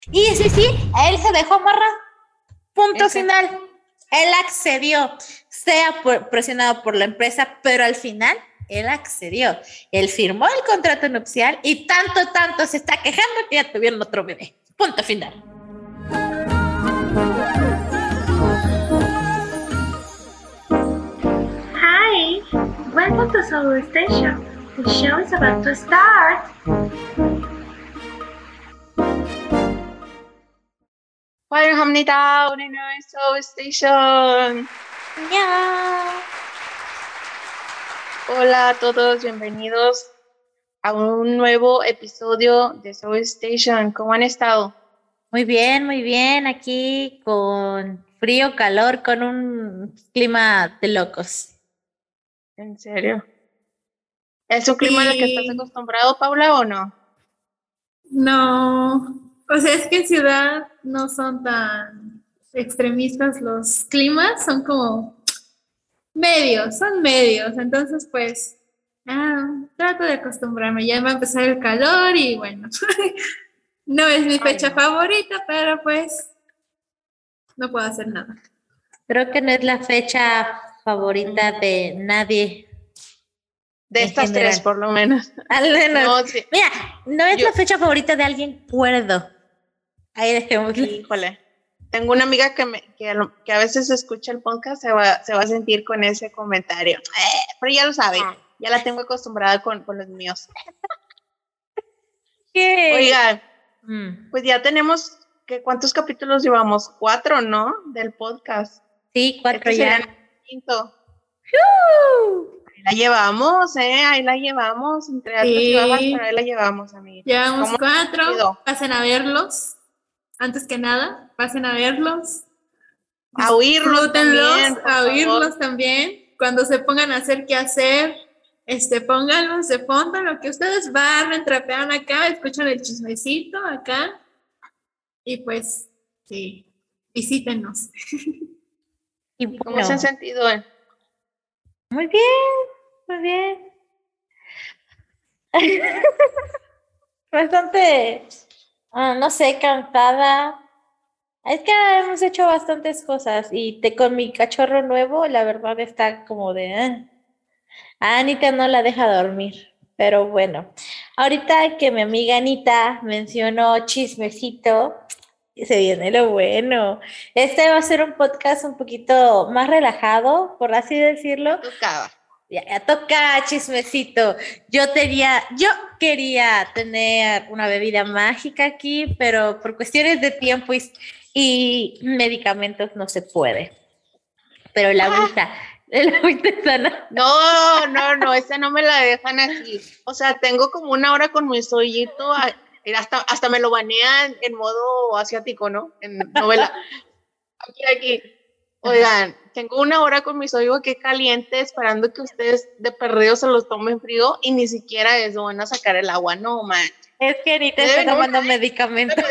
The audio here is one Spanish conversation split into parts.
Y sí, él se dejó amarrar. Punto final. Él accedió, sea presionado por la empresa, pero al final él accedió. Él firmó el contrato nupcial y tanto se está quejando que ya tuvieron otro bebé. Punto final. Hi, welcome to Soul Station. The show is about to start. 환영합니다. 우리는 Soul Station. ¡Ya! Hola a todos, bienvenidos a un nuevo episodio de Soul Station. ¿Cómo han estado? Muy bien. Aquí con frío, calor, con un clima de locos. ¿En serio? ¿Es un clima al que estás acostumbrado, Paula, o no? No, o sea, es que en ciudad no son tan extremistas los climas, son como son medios, entonces pues trato de acostumbrarme, ya va a empezar el calor y bueno, no es mi fecha favorita, pero pues no puedo hacer nada. Creo que no es la fecha favorita de nadie. De estas general. 3, por lo menos. Al menos. No, sí. Mira, no es la fecha favorita de alguien cuerdo. Ahí dejémoslo. Híjole. Tengo una amiga que a veces escucha el podcast, se va a sentir con ese comentario. Pero ya lo sabe. Ya la tengo acostumbrada con los míos. ¿Qué? Oigan, pues ya tenemos, ¿cuántos capítulos llevamos? 4, ¿no? Del podcast. Sí, 4 ya. El quinto. Ahí la llevamos, entre altas y bajas, pero ahí la llevamos, amiga. Llevamos 4, pasen a verlos, antes que nada, pasen a verlos. A oírlos también, a oírlos también, cuando se pongan a hacer qué hacer, pónganlos de fondo, lo que ustedes barren, trapean acá, escuchan el chismecito acá, y pues, sí, visítenos. Y bueno, ¿cómo se han sentido? Muy bien. Bastante, no sé, cansada. Es que hemos hecho bastantes cosas y con mi cachorro nuevo, la verdad está como de... Anita no la deja dormir, pero bueno. Ahorita que mi amiga Anita mencionó chismecito, se viene lo bueno. Este va a ser un podcast un poquito más relajado, por así decirlo. Ya toca chismecito. Yo quería tener una bebida mágica aquí, pero por cuestiones de tiempo y medicamentos no se puede. Pero la agüita sana. No, esa no me la dejan así. O sea, tengo como 1 hora con mi sollito, hasta me lo banean en modo asiático, ¿no? En novela. Aquí. Oigan, tengo 1 hora con mi soyo que caliente, esperando que ustedes de perdido se los tomen frío y ni siquiera eso van a sacar el agua, no, man. Es que ahorita está tomando medicamentos.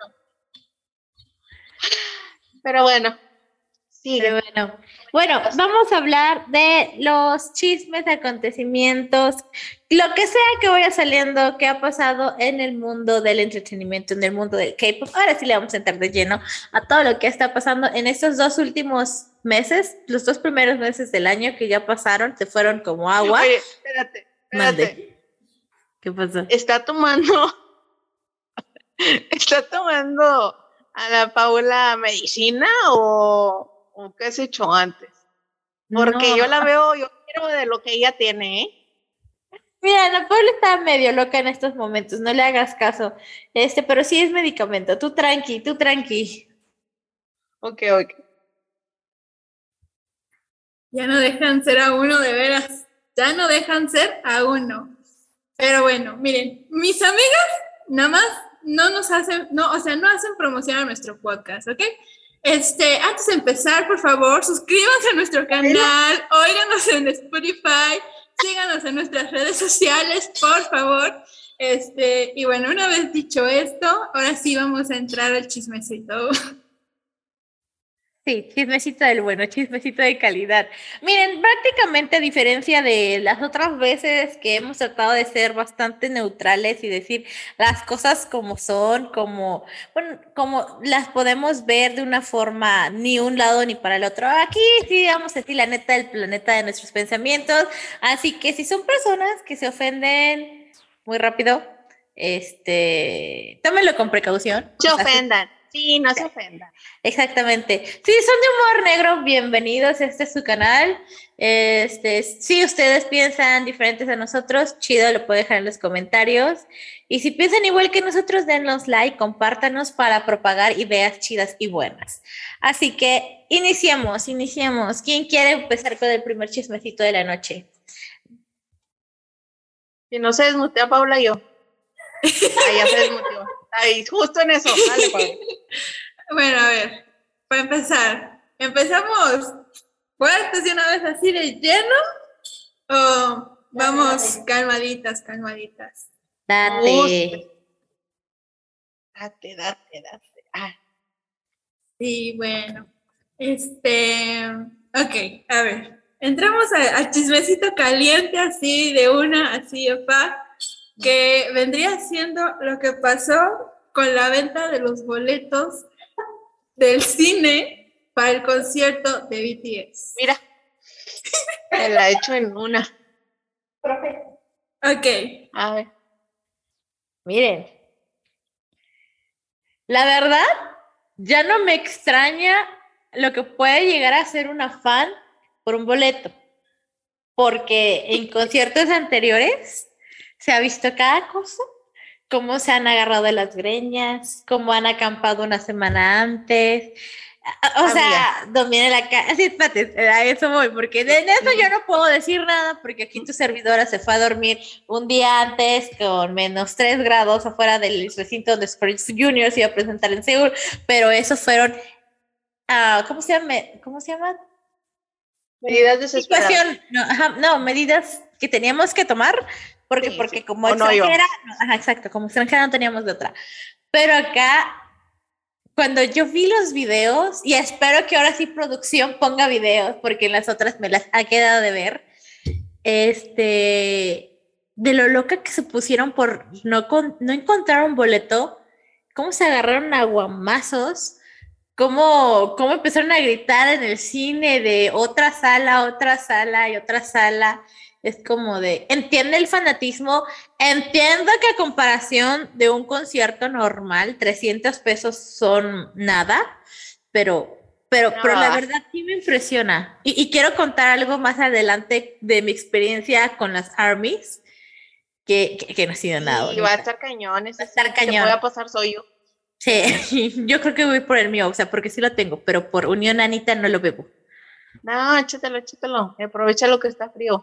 Pero bueno, sigue. Bueno, vamos a hablar de los chismes, acontecimientos, lo que sea que vaya saliendo, que ha pasado en el mundo del entretenimiento, en el mundo del K-pop. Ahora sí le vamos a entrar de lleno a todo lo que está pasando en estos 2 últimos meses, los 2 primeros meses del año que ya pasaron, se fueron como agua. Oye, espérate. ¿Qué pasó? Está tomando a la Paula medicina o qué has hecho antes, porque yo la veo, yo quiero de lo que ella tiene, Mira, la Paula está medio loca en estos momentos, no le hagas caso, pero sí es medicamento, tú tranqui. Ok. Ya no dejan ser a uno, de veras, pero bueno, miren, mis amigas nada más no hacen promoción a nuestro podcast, ¿ok? Antes de empezar, por favor, suscríbanse a nuestro canal, óiganos en Spotify, síganos en nuestras redes sociales, por favor. Y bueno, una vez dicho esto, ahora sí vamos a entrar al chismecito. Sí, chismecito del bueno, chismecito de calidad. Miren, prácticamente a diferencia de las otras veces que hemos tratado de ser bastante neutrales y decir las cosas como son, como, bueno, como las podemos ver de una forma ni un lado ni para el otro. Aquí sí vamos a decir la neta del planeta de nuestros pensamientos. Así que si son personas que se ofenden muy rápido, tómenlo con precaución. Se O sea, ofendan. Sí, no se ofendan. exactamente. Si son de humor negro, bienvenidos. Este es su canal. Si ustedes piensan diferentes a nosotros, chido, lo pueden dejar en los comentarios. Y si piensan igual que nosotros, denos like, compártanos para propagar ideas chidas y buenas. Así que iniciemos. ¿Quién quiere empezar con el primer chismecito de la noche? Si no se desmutea Paula, yo. Ahí ya se desmuteó. Ahí, justo en eso. Dale, Paula. Bueno, a ver, para empezar, ¿empezamos fuertes de una vez así de lleno? ¿O vamos calmaditas? Date. Date. Ah, Sí, bueno. Ok, a ver. Entramos al chismecito caliente así de una, así, opa, que vendría siendo lo que pasó con la venta de los boletos del cine para el concierto de BTS. mira. Me la he hecho en una. Ok. A ver. Miren, la verdad, ya no me extraña lo que puede llegar a ser una fan por un boleto, porque en conciertos anteriores se ha visto cada cosa, cómo se han agarrado de las greñas, cómo han acampado una semana antes. O sea, dormir en la casa. Sí, espérate, a eso voy, porque de eso yo no puedo decir nada, porque aquí tu servidora se fue a dormir un día antes con -3 grados afuera del recinto donde Super Junior se iba a presentar en Seúl, pero esos fueron, ¿cómo se llama? Medidas desesperadas. Medidas que teníamos que tomar, porque Sí. como O no extranjera, exacto, como extranjera no teníamos de otra. Pero acá, cuando yo vi los videos, y espero que ahora sí producción ponga videos, porque en las otras me las ha quedado de ver, de lo loca que se pusieron por no encontrar un boleto, cómo se agarraron a guamazos, cómo empezaron a gritar en el cine de otra sala y otra sala. Es como de, entiende el fanatismo, entiendo que a comparación de un concierto normal, 300 pesos son nada, pero la verdad sí me impresiona. Y quiero contar algo más adelante de mi experiencia con las ARMYs, que no ha sido nada. Y va a estar cañón. Va a estar cañón. Que voy a pasar soy yo. Sí, yo creo que voy por el mío, o sea, porque sí lo tengo, pero por Unión Anita no lo bebo. No, échatelo. Aprovecha lo que está frío.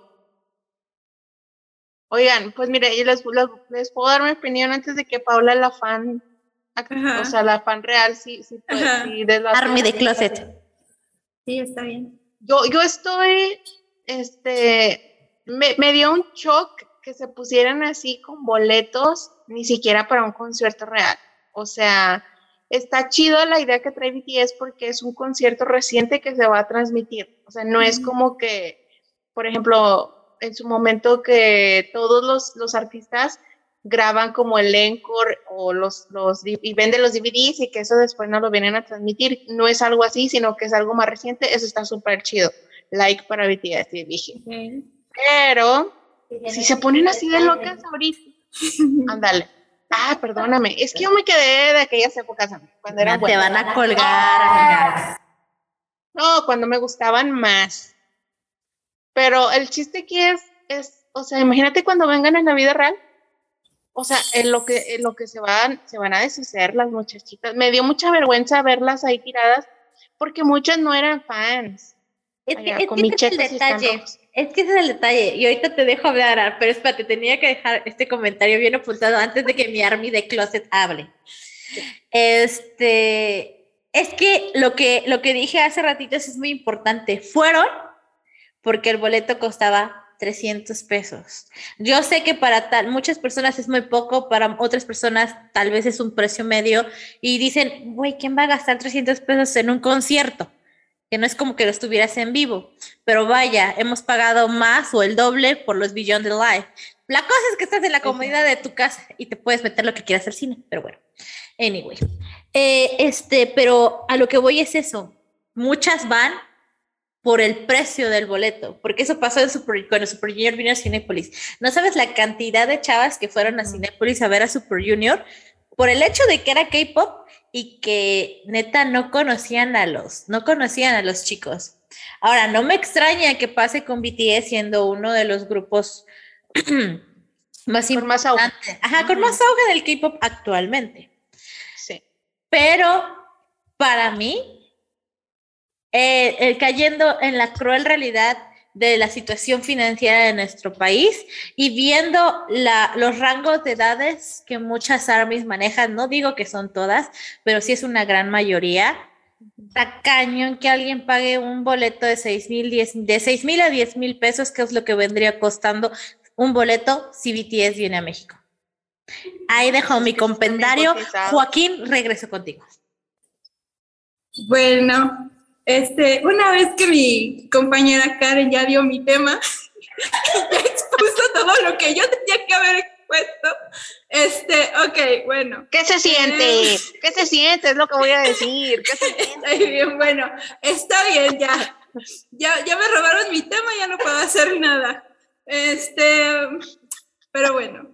Oigan, pues mire, les puedo dar mi opinión antes de que Paula, la fan, o sea, la fan real, sí de la Army de Closet. Sí, está bien. Yo estoy, me dio un shock que se pusieran así con boletos, ni siquiera para un concierto real. O sea, está chido la idea que trae BTS porque es un concierto reciente que se va a transmitir. O sea, no es como que, por ejemplo, en su momento que todos los artistas graban como el encore o y venden los DVDs y que eso después no lo vienen a transmitir. No es algo así, sino que es algo más reciente. Eso está súper chido. Like para BTS, dije. Okay. Pero si se ponen así de locas ahorita, ándale. Perdóname. Es que yo me quedé de aquellas épocas cuando eran buenas. Te van a colgar, amiga. No, cuando me gustaban más. Pero el chiste aquí es, o sea, imagínate cuando vengan en la vida real. O sea, en lo que se van a deshacer las muchachitas. Me dio mucha vergüenza verlas ahí tiradas porque muchas no eran fans. Es que ese es el detalle. Es que ese es el detalle. Y ahorita te dejo hablar, pero espérate, tenía que dejar este comentario bien apuntado antes de que mi Army de Closet hable. Es que lo que dije hace ratito es muy importante. Fueron porque el boleto costaba 300 pesos. Yo sé que para muchas personas es muy poco, para otras personas tal vez es un precio medio y dicen, güey, ¿quién va a gastar 300 pesos en un concierto? que no es como que lo estuvieras en vivo, pero vaya, hemos pagado más o el doble por los Beyond the Live. La cosa es que estás en la comodidad de tu casa y te puedes meter lo que quieras al cine, pero bueno, anyway. Pero a lo que voy es eso, muchas van por el precio del boleto, porque eso pasó cuando Super Junior vino a Cinépolis. No sabes la cantidad de chavas que fueron a Cinépolis a ver a Super Junior por el hecho de que era K-pop y que neta no conocían a los chicos. Ahora, no me extraña que pase con BTS siendo uno de los grupos más importantes. Ajá, con más auge del K-pop actualmente. Sí. Pero para mí, cayendo en la cruel realidad de la situación financiera de nuestro país y viendo los rangos de edades que muchas ARMYs manejan, no digo que son todas, pero sí es una gran mayoría, está cañón que alguien pague un boleto de 6,000 a 10,000 pesos, que es lo que vendría costando un boleto si BTS viene a México. Ahí dejo mi comentario. Joaquín, regreso contigo. Bueno, una vez que mi compañera Karen ya dio mi tema, ya expuso todo lo que yo tenía que haber expuesto. Ok, bueno. ¿Qué se siente? ¿Qué se siente? Es lo que voy a decir. ¿Qué se siente? Está bien, bueno, está bien, ya me robaron mi tema, ya no puedo hacer nada. Pero bueno.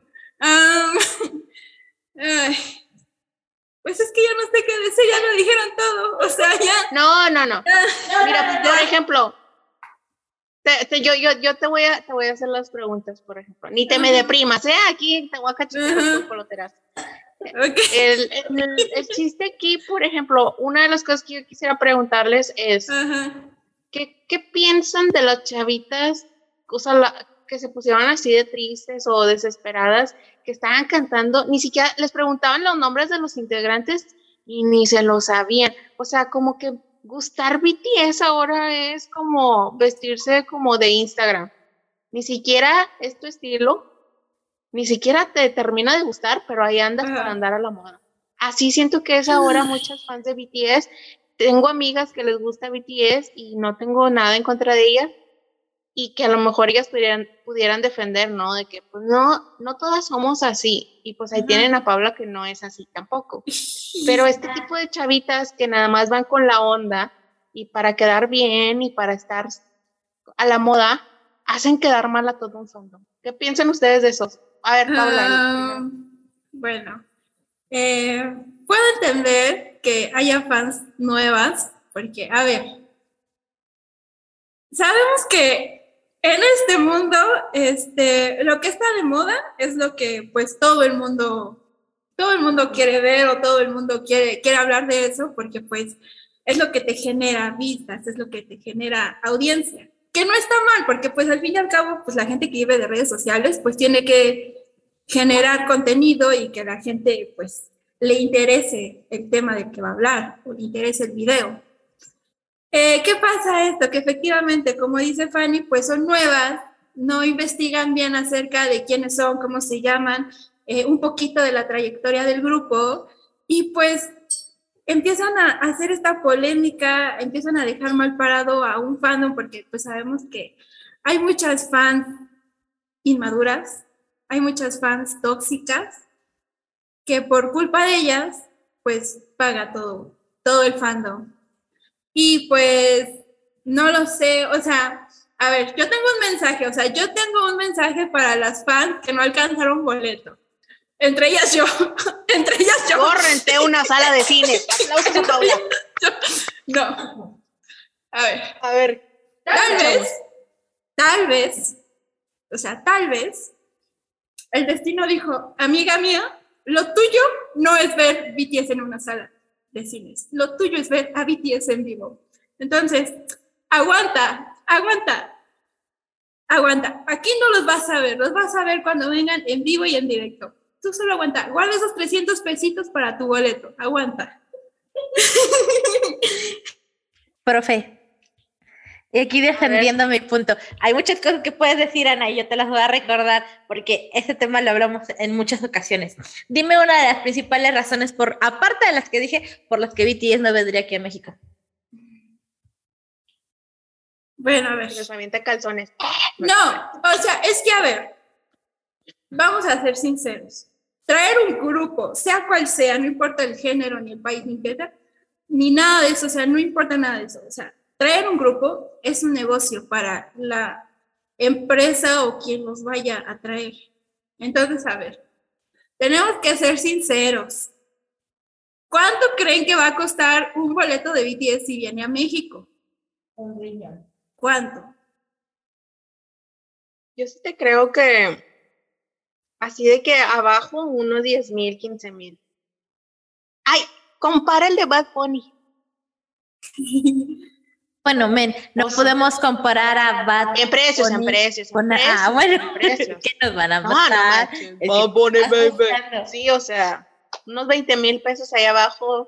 Pues es que ya no sé qué decir, ya lo dijeron todo, o sea, ya. No. Mira, por ejemplo, yo te voy a hacer las preguntas, por ejemplo. Ni te me deprimas, aquí te voy a cachetear por coloteras. Okay. El chiste aquí, por ejemplo, una de las cosas que yo quisiera preguntarles es, ¿qué piensan de las chavitas, o sea, que se pusieron así de tristes o desesperadas, que estaban cantando, ni siquiera les preguntaban los nombres de los integrantes y ni se lo sabían? O sea, como que gustar BTS ahora es como vestirse como de Instagram. Ni siquiera es tu estilo, ni siquiera te termina de gustar, pero ahí andas para andar a la moda. Así siento que es ahora muchas fans de BTS. Tengo amigas que les gusta BTS y no tengo nada en contra de ellas, y que a lo mejor ellas pudieran defender, ¿no? De que pues no todas somos así, y pues ahí tienen a Paula que no es así tampoco. Pero este tipo de chavitas que nada más van con la onda y para quedar bien y para estar a la moda, hacen quedar mal a todo un fandom. ¿Qué piensan ustedes de eso? A ver, Paula. Bueno, puedo entender que haya fans nuevas, porque, a ver, sabemos que en este mundo, lo que está de moda es lo que pues todo el mundo quiere ver, o todo el mundo quiere hablar de eso, porque pues es lo que te genera vistas, es lo que te genera audiencia, que no está mal, porque pues al fin y al cabo pues la gente que vive de redes sociales pues tiene que generar contenido y que a la gente pues le interese el tema del que va a hablar o le interese el video. ¿Qué pasa esto? Que efectivamente, como dice Fanny, pues son nuevas, no investigan bien acerca de quiénes son, cómo se llaman, un poquito de la trayectoria del grupo, y pues empiezan a hacer esta polémica, empiezan a dejar mal parado a un fandom, porque pues sabemos que hay muchas fans inmaduras, hay muchas fans tóxicas, que por culpa de ellas, pues paga todo el fandom. Y pues, no lo sé, o sea, a ver, yo tengo un mensaje para las fans que no alcanzaron boleto. Entre ellas yo. Córrente una sala de cine. Aplausos a Paula. No. A ver. Tal vez, el destino dijo, amiga mía, lo tuyo no es ver BTS en una sala de cines. Lo tuyo es ver a BTS en vivo. Entonces, aguanta. Aquí no los vas a ver, los vas a ver cuando vengan en vivo y en directo. Tú solo aguanta. Guarda esos 300 pesitos para tu boleto. Aguanta. Profe, y aquí defendiendo mi punto. Hay muchas cosas que puedes decir, Ana, y yo te las voy a recordar porque ese tema lo hablamos en muchas ocasiones. Dime una de las principales razones, aparte de las que dije, por las que BTS no vendría aquí a México. Bueno, a ver. Que les avienta calzones. No, o sea, es que a ver, vamos a ser sinceros. Traer un grupo, sea cual sea, no importa el género, ni el país, ni qué tal, ni nada de eso, o sea, no importa nada de eso. O sea, traer un grupo es un negocio para la empresa o quien los vaya a traer. Entonces, a ver, tenemos que ser sinceros. ¿Cuánto creen que va a costar un boleto de BTS si viene a México? Un riñón. ¿Cuánto? Yo sí te creo que así de que abajo unos 10,000, 15,000. Ay, compara el de Bad Bunny. Bueno, no podemos comparar a Bad En precios, en Bunny precios. con en bueno, precios. ¿qué nos van a No matar? manches. El Bad que Bunny, estás baby. buscando. Sí, o sea, unos 20,000 pesos ahí abajo.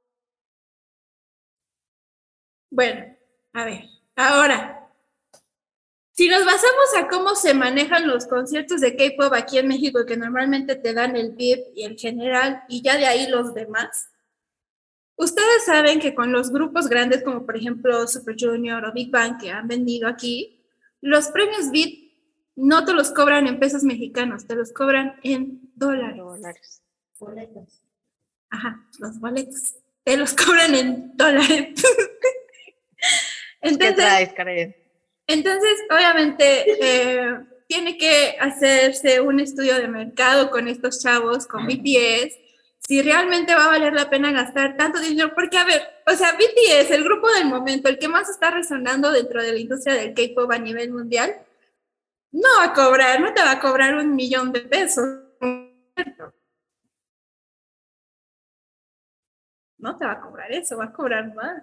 Bueno, a ver, ahora, si nos basamos a cómo se manejan los conciertos de K-pop aquí en México, que normalmente te dan el VIP y el general, y ya de ahí los demás, ustedes saben que con los grupos grandes, como por ejemplo Super Junior o Big Bang, que han venido aquí, los premios VIP no te los cobran en pesos mexicanos, te los cobran en dólares. Boletos. Ajá, los boletos. Te los cobran en dólares. ¿Qué Entonces, traes, Karen? Entonces, obviamente, tiene que hacerse un estudio de mercado con estos chavos, con BTS, si realmente va a valer la pena gastar tanto dinero, porque a ver, o sea, BTS, el grupo del momento, el que más está resonando dentro de la industria del K-pop a nivel mundial, no te va a cobrar 1,000,000 de pesos. No te va a cobrar eso, va a cobrar más.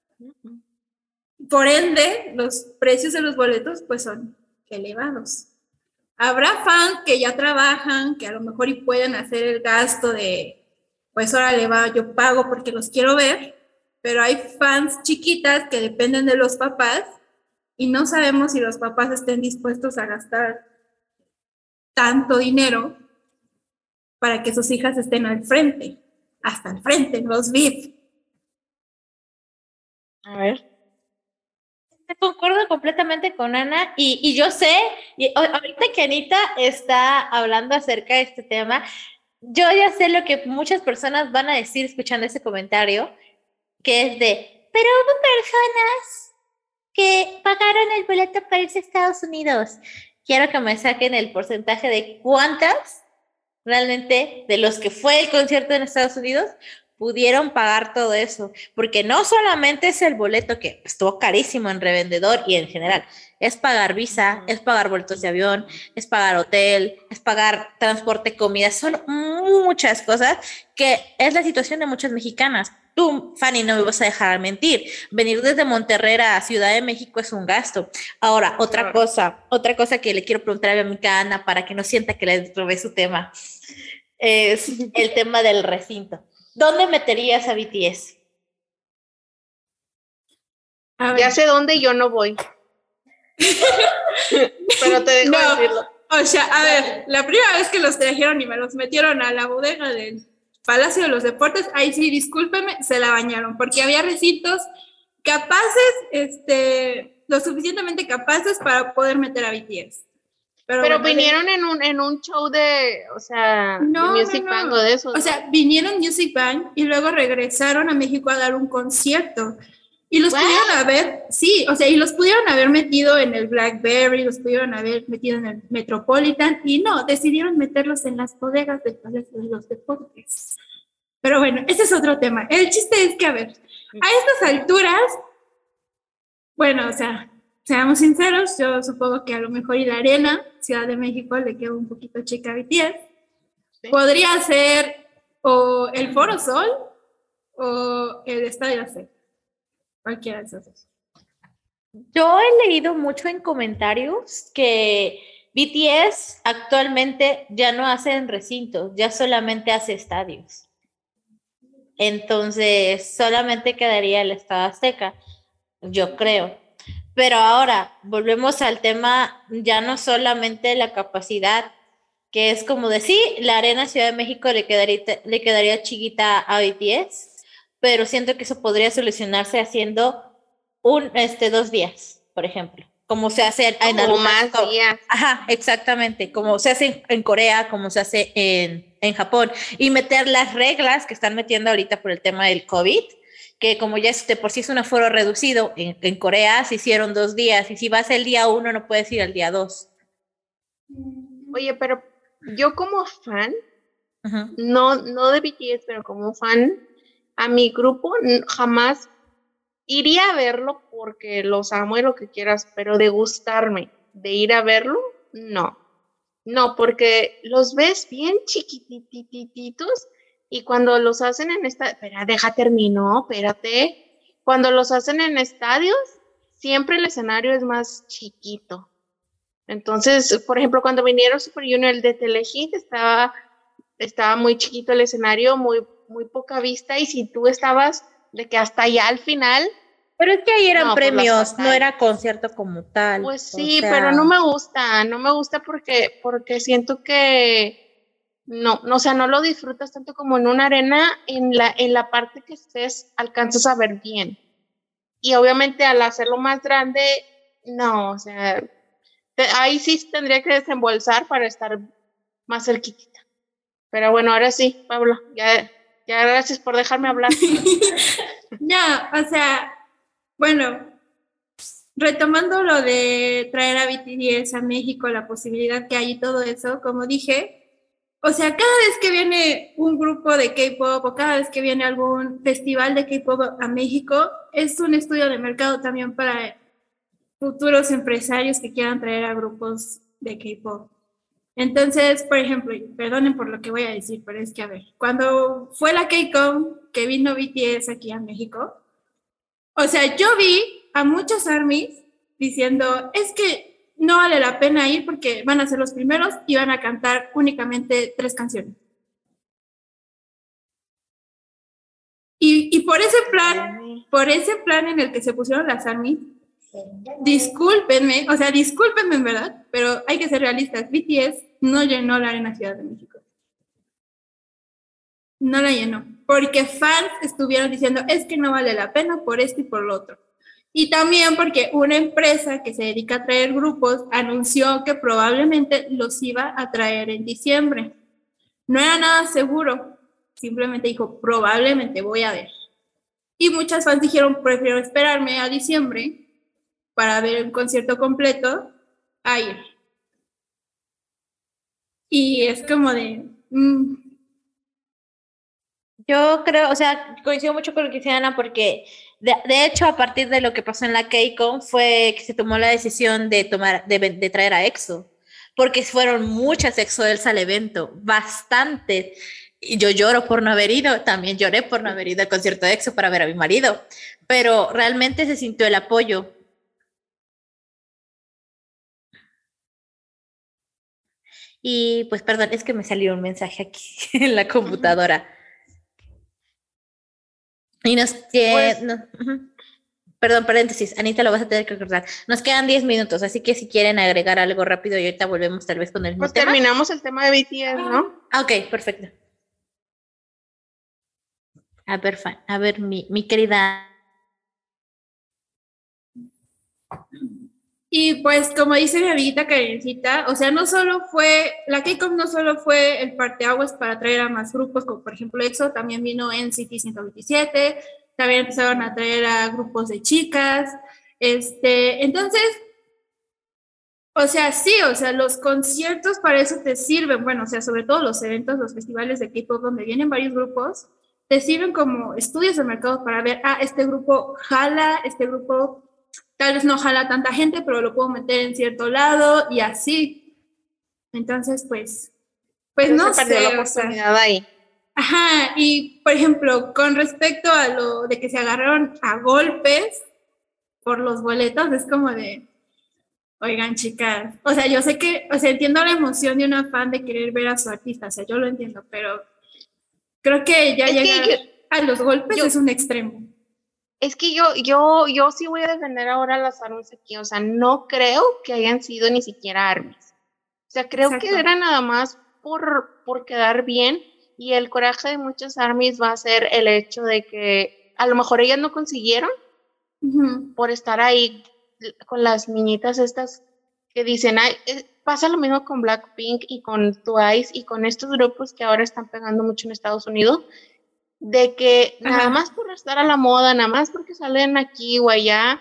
Por ende, los precios de los boletos pues son elevados. Habrá fans que ya trabajan, que a lo mejor y pueden hacer el gasto de, pues órale va, yo pago porque los quiero ver, pero hay fans chiquitas que dependen de los papás y no sabemos si los papás estén dispuestos a gastar tanto dinero para que sus hijas estén al frente, hasta el frente, en los VIP. A ver. Concuerdo completamente con Ana y yo sé, y ahorita que Anita está hablando acerca de este tema, yo ya sé lo que muchas personas van a decir escuchando ese comentario, que es de, pero hubo personas que pagaron el boleto para irse a Estados Unidos. Quiero que me saquen el porcentaje de cuántas realmente de los que fue el concierto en Estados Unidos pudieron pagar todo eso, porque no solamente es el boleto que estuvo carísimo en revendedor y en general, es pagar visa, es pagar boletos de avión, es pagar hotel, es pagar transporte, comida, son muchas cosas que es la situación de muchas mexicanas. Tú, Fanny, no me vas a dejar mentir, venir desde Monterrey a Ciudad de México es un gasto. Ahora, otra cosa que le quiero preguntar a mi amiga Ana para que no sienta que le robé su tema, es el tema del recinto. ¿Dónde meterías a BTS? Ya sé dónde yo no voy. Pero te dejo decirlo. O sea, a ver, la primera vez que los trajeron y me los metieron a la bodega del Palacio de los Deportes, ahí sí, discúlpeme, se la bañaron, porque había recintos capaces, lo suficientemente capaces para poder meter a BTS. Pero bueno, vinieron en un show de, o sea, de Music Bank o de eso. O sea, vinieron Music Bank y luego regresaron a México a dar un concierto. Y los pudieron haber, sí, o sea, y los pudieron haber metido en el Blackberry, los pudieron haber metido en el Metropolitan, y no, decidieron meterlos en las bodegas del Palacio de los Deportes. Pero bueno, ese es otro tema. El chiste es que, a ver, a estas alturas, bueno, o sea, seamos sinceros, yo supongo que a lo mejor y la Arena, Ciudad de México, le queda un poquito chica a BTS. Sí. Podría ser o el Foro Sol o el Estadio Azteca. Cualquiera de esos dos. Yo he leído mucho en comentarios que BTS actualmente ya no hace en recintos, ya solamente hace estadios. Entonces, solamente quedaría el Estadio Azteca, yo creo. Pero ahora, volvemos al tema, ya no solamente la capacidad, que es como decir, la Arena Ciudad de México le quedaría chiquita a BTS, pero siento que eso podría solucionarse haciendo 2 días. por ejemplo, como se hace en Como algunas más días. Ajá, exactamente, como se hace en Corea, como se hace en Japón, y meter las reglas que están metiendo ahorita por el tema del COVID, que como ya de por sí es un aforo reducido, en Corea se hicieron 2 días, y si vas el día 1 no puedes ir al día 2. Oye, pero yo como fan, Ajá. no de BTS, pero como fan, a mi grupo jamás iría a verlo porque los amo y lo que quieras, pero de gustarme, de ir a verlo, no. No, porque los ves bien chiquitititos y cuando los hacen en espera, espérate. Cuando los hacen en estadios, siempre el escenario es más chiquito. Entonces, por ejemplo, cuando vinieron Super Junior, el de Telehit estaba muy chiquito el escenario, muy, muy poca vista, y si tú estabas de que hasta allá al final, Pero es que ahí eran no, pues las premios, no pantallas. era concierto como tal. Pues o sí, sea, pero no me gusta porque siento que no, o sea, no lo disfrutas tanto como en una arena, en la parte que estés alcanzas a ver bien. Y obviamente al hacerlo más grande, no, o sea, ahí sí tendría que desembolsar para estar más cerquitita. Pero bueno, ahora sí, Pablo, ya gracias por dejarme hablar. Ya, o sea, bueno, retomando lo de traer a BTS a México, la posibilidad que hay y todo eso, como dije, o sea, cada vez que viene un grupo de K-pop o cada vez que viene algún festival de K-pop a México, es un estudio de mercado también para futuros empresarios que quieran traer a grupos de K-pop. Entonces, por ejemplo, perdonen por lo que voy a decir, pero es que, a ver, cuando fue la K-Con que vino BTS aquí a México, o sea, yo vi a muchos ARMYs diciendo, es que no vale la pena ir porque van a ser los primeros y van a cantar únicamente 3 canciones. Y por ese plan en el que se pusieron las ARMYs, discúlpenme en verdad, pero hay que ser realistas, BTS no llenó la Arena Ciudad de México. No la llenó, porque fans estuvieron diciendo, es que no vale la pena por esto y por lo otro. Y también porque una empresa que se dedica a traer grupos anunció que probablemente los iba a traer en diciembre. No era nada seguro, simplemente dijo, probablemente voy a ver. Y muchas fans dijeron, prefiero esperarme a diciembre para ver el concierto completo a ir. Y es como de... yo creo, o sea, coincido mucho con lo que dice Ana, porque de hecho, a partir de lo que pasó en la K-Con fue que se tomó la decisión de traer a EXO, porque fueron muchas EXO-Ls al evento, bastante. Y yo lloro por no haber ido, también lloré por no haber ido al concierto de EXO para ver a mi marido, pero realmente se sintió el apoyo. Y pues perdón, es que me salió un mensaje aquí en la computadora. Y perdón, paréntesis, Anita, lo vas a tener que recordar. Nos quedan 10 minutos, así que si quieren agregar algo rápido y ahorita volvemos tal vez con el mismo Pues tema. terminamos el tema de BTS, ¿no? Ok, perfecto. A ver, mi querida. Y pues como dice mi amiguita Karencita, o sea, la K-Con no solo fue el parteaguas para traer a más grupos, como por ejemplo EXO, también vino NCT 127, también empezaron a traer a grupos de chicas, entonces, o sea, sí, o sea, los conciertos para eso te sirven, bueno, o sea, sobre todo los eventos, los festivales de K-Pop donde vienen varios grupos, te sirven como estudios de mercado para ver, este grupo jala, este grupo tal vez no jala tanta gente, pero lo puedo meter en cierto lado y así. Entonces, pues no se perdió sé, la oportunidad ahí. Ajá, y por ejemplo, con respecto a lo de que se agarraron a golpes por los boletos, es como de, oigan, chicas, o sea, yo sé que, o sea, entiendo la emoción de una fan de querer ver a su artista, o sea, yo lo entiendo, pero creo que ya llegar a los golpes es un extremo. Es que yo sí voy a defender ahora a las ARMYs aquí, o sea, no creo que hayan sido ni siquiera ARMYs. O sea, creo que era nada más por quedar bien, y el coraje de muchas ARMYs va a ser el hecho de que a lo mejor ellas no consiguieron por estar ahí con las niñitas estas que dicen, ay, pasa lo mismo con Blackpink y con Twice y con estos grupos que ahora están pegando mucho en Estados Unidos, de que nada más por estar a la moda, nada más porque salen aquí o allá,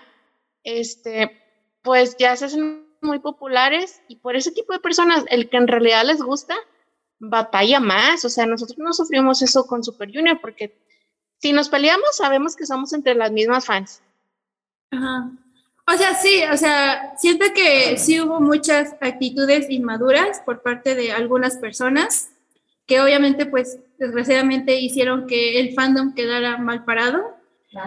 pues ya se hacen muy populares y por ese tipo de personas, el que en realidad les gusta, batalla más. O sea, nosotros no sufrimos eso con Super Junior porque si nos peleamos sabemos que somos entre las mismas fans. Ajá. O sea, sí, o sea, siento que sí hubo muchas actitudes inmaduras por parte de algunas personas que obviamente, pues, desgraciadamente hicieron que el fandom quedara mal parado.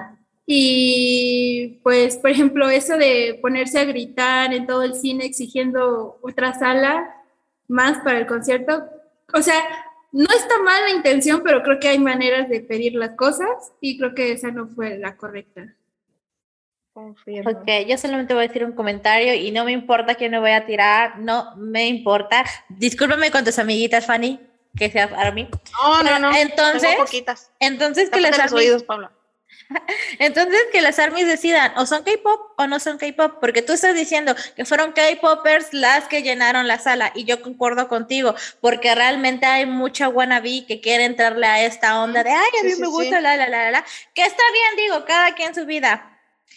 Y, pues, por ejemplo, eso de ponerse a gritar en todo el cine exigiendo otra sala más para el concierto, o sea, no está mal la intención, pero creo que hay maneras de pedir las cosas y creo que esa no fue la correcta. Confirmo. Ok, yo solamente voy a decir un comentario y no me importa quién me voy a tirar, no me importa. Discúlpame con tus amiguitas, Fanny, que sea ARMY. No. Entonces, tengo poquitas. Entonces que Tápate las los ARMYs, oídos, Paula. entonces que las ARMYs decidan o son K-pop o no son K-pop, porque tú estás diciendo que fueron K-popers las que llenaron la sala y yo concuerdo contigo, porque realmente hay mucha wannabe que quiere entrarle a esta onda de ay, a mí me gusta, la, que está bien, digo, cada quien su vida.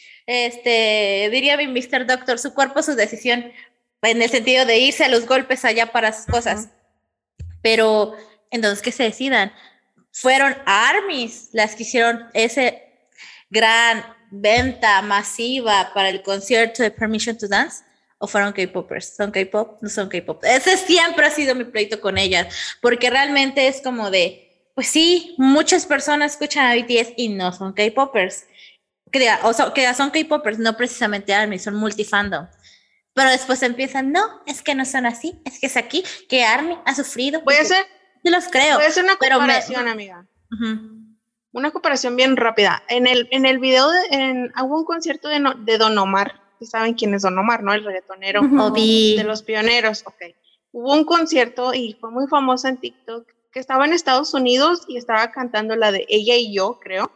Diría mi Mr. Doctor, su cuerpo, su decisión, en el sentido de irse a los golpes allá para sus cosas. Pero, entonces, que se decidan. Fueron ARMYs las que hicieron ese gran venta masiva para el concierto de Permission to Dance, o fueron K-popers. ¿Son K-pop? No son K-pop. Ese siempre ha sido mi pleito con ellas, porque realmente es como de, pues sí, muchas personas escuchan a BTS y no son K-popers. Que son K-popers, no precisamente ARMY, son multifandom. Pero después empiezan, no, es que no son así, es que es aquí, que ARMY ha sufrido. Yo los creo. Voy a hacer una comparación, amiga. Una comparación bien rápida. En el video, hubo un concierto de Don Omar. ¿Saben quién es Don Omar, no? El reggaetonero de los pioneros. Ok. Hubo un concierto y fue muy famoso en TikTok que estaba en Estados Unidos y estaba cantando la de Ella y Yo, creo.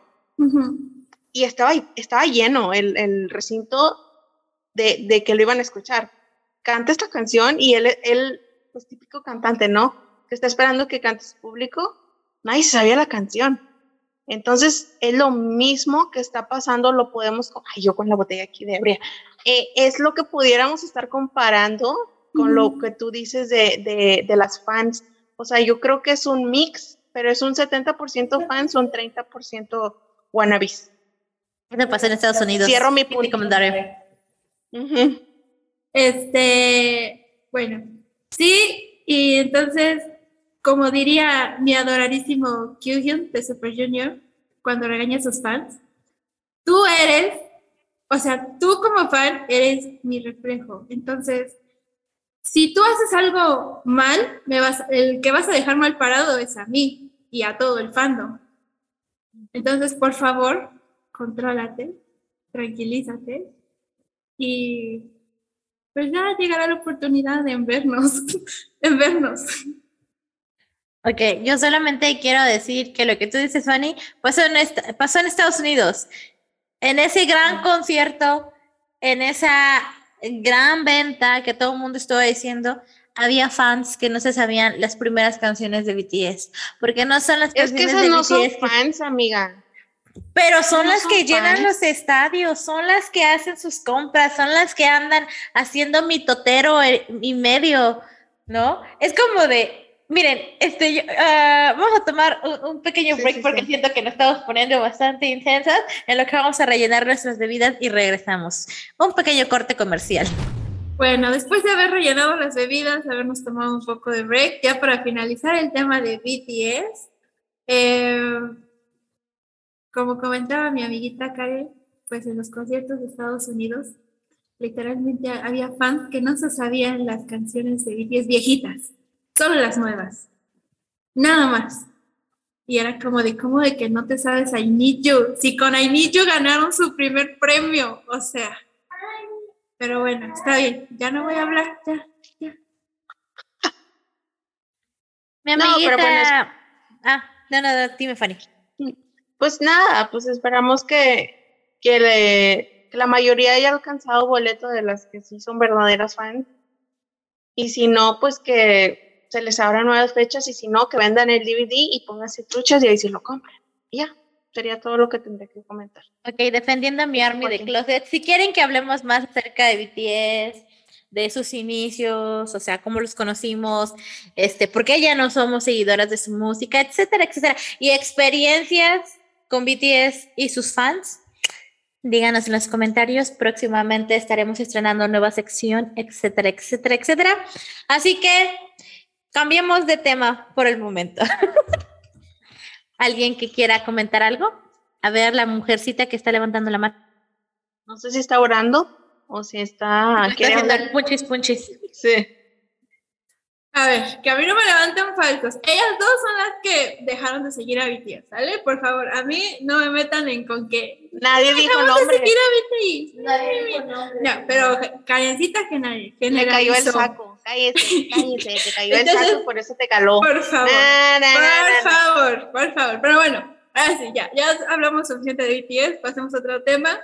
Y estaba lleno el recinto de que lo iban a escuchar. Canta esta canción y él, pues típico cantante, ¿no? Que está esperando que cante su público. Nadie sabía la canción. Entonces, es lo mismo que está pasando, lo podemos... Ay, yo con la botella aquí de ebria. Es lo que pudiéramos estar comparando con lo que tú dices de las fans. O sea, yo creo que es un mix, pero es un 70% fans, un 30% wannabes. ¿Qué te pasa en Estados Unidos? Cierro mi punto. Comentario. Bueno, sí, y entonces, como diría mi adoradísimo Kyuhyun de Super Junior, cuando regaña a sus fans, tú como fan eres mi reflejo. Entonces, si tú haces algo mal, el que vas a dejar mal parado es a mí y a todo el fandom. Entonces, por favor, contrólate, tranquilízate y pues ya llegará la oportunidad de vernos. Ok, yo solamente quiero decir que lo que tú dices, Fanny, pasó en Estados Unidos. En ese gran concierto, en esa gran venta que todo el mundo estaba diciendo, había fans que no se sabían las primeras canciones de BTS, porque no son las canciones de BTS. Es que esas no son fans, amiga. Pero son las que llenan los estadios, son las que hacen sus compras, son las que andan haciendo mitotero y medio, ¿no? Es como de, miren, vamos a tomar un pequeño break porque siento que nos estamos poniendo bastante intensas, en lo que vamos a rellenar nuestras bebidas y regresamos. Un pequeño corte comercial. Bueno, después de haber rellenado las bebidas, habernos tomado un poco de break, ya para finalizar el tema de BTS, como comentaba mi amiguita Karen, pues en los conciertos de Estados Unidos, literalmente había fans que no se sabían las canciones de BTS viejitas, solo las nuevas, nada más. Y era como de que no te sabes I Need You, si con I Need You ganaron su primer premio, o sea. Pero bueno, está bien, ya no voy a hablar, ya. Mi amiguita... No, dime, Fanny. Pues nada, pues esperamos que que la mayoría haya alcanzado boleto de las que sí son verdaderas fans. Y si no, pues que se les abran nuevas fechas, y si no, que vendan el DVD y pónganse truchas y ahí sí lo compran. Y ya, sería todo lo que tendré que comentar. Ok, defendiendo a mi Army de Closet, si quieren que hablemos más acerca de BTS, de sus inicios, o sea, cómo los conocimos, por qué ya no somos seguidoras de su música, etcétera, etcétera, y experiencias con BTS y sus fans, díganos en los comentarios. Próximamente estaremos estrenando nueva sección, etcétera, etcétera, etcétera. Así que cambiemos de tema por el momento. ¿Alguien que quiera comentar algo? A ver, la mujercita que está levantando la mano. No sé si está orando o si está... Está haciendo el punchis. Sí. A ver, que a mí no me levanten falsos. Ellas dos son las que dejaron de seguir a BTS, ¿sale? Por favor, a mí no me metan en con que... Nadie dijo nombre. De seguir a BTS. Nadie dijo nombre. No, pero Karencita generalizó. Le cayó el saco. Cállese, te cayó el saco, por eso te caló. Por favor, por favor. Pero bueno, ahora sí, ya hablamos suficiente de BTS, pasemos a otro tema.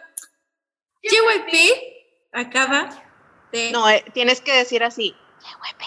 JYP acaba de... No, tienes que decir así. JYP.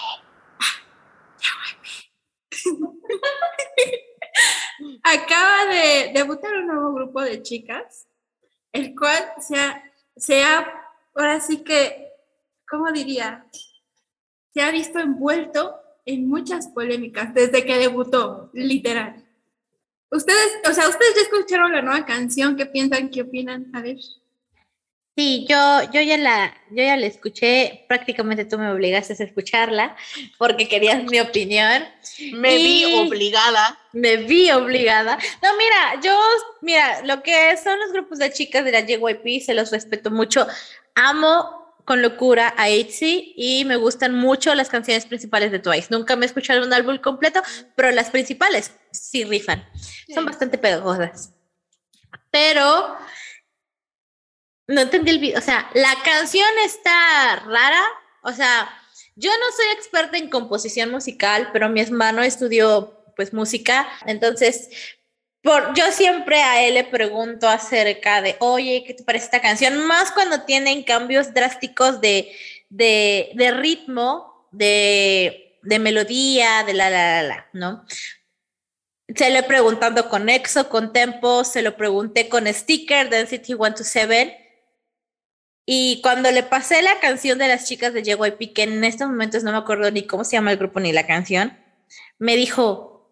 Acaba de debutar un nuevo grupo de chicas, el cual se ha, ahora sí que, ¿cómo diría? Se ha visto envuelto en muchas polémicas desde que debutó, literal. Ustedes ya escucharon la nueva canción. ¿Qué piensan? ¿Qué opinan? A ver. Sí, yo ya la escuché, prácticamente tú me obligaste a escucharla porque querías mi opinión. Me vi obligada. No, mira, lo que son los grupos de chicas de la JYP se los respeto mucho. Amo con locura a ITZY y me gustan mucho las canciones principales de Twice. Nunca me he escuchado un álbum completo, pero las principales sí rifan. Sí. Son bastante pegajosas. Pero no entendí el video, o sea, la canción está rara, o sea, yo no soy experta en composición musical, pero mi hermano estudió pues música, entonces yo siempre a él le pregunto acerca de, oye, ¿qué te parece esta canción? Más cuando tienen cambios drásticos de ritmo, de melodía, de la, ¿no? Se lo he preguntado con EXO, con Tempo, se lo pregunté con Sticker de NCT 127. Y cuando le pasé la canción de las chicas de JYP, que en estos momentos no me acuerdo ni cómo se llama el grupo ni la canción, me dijo,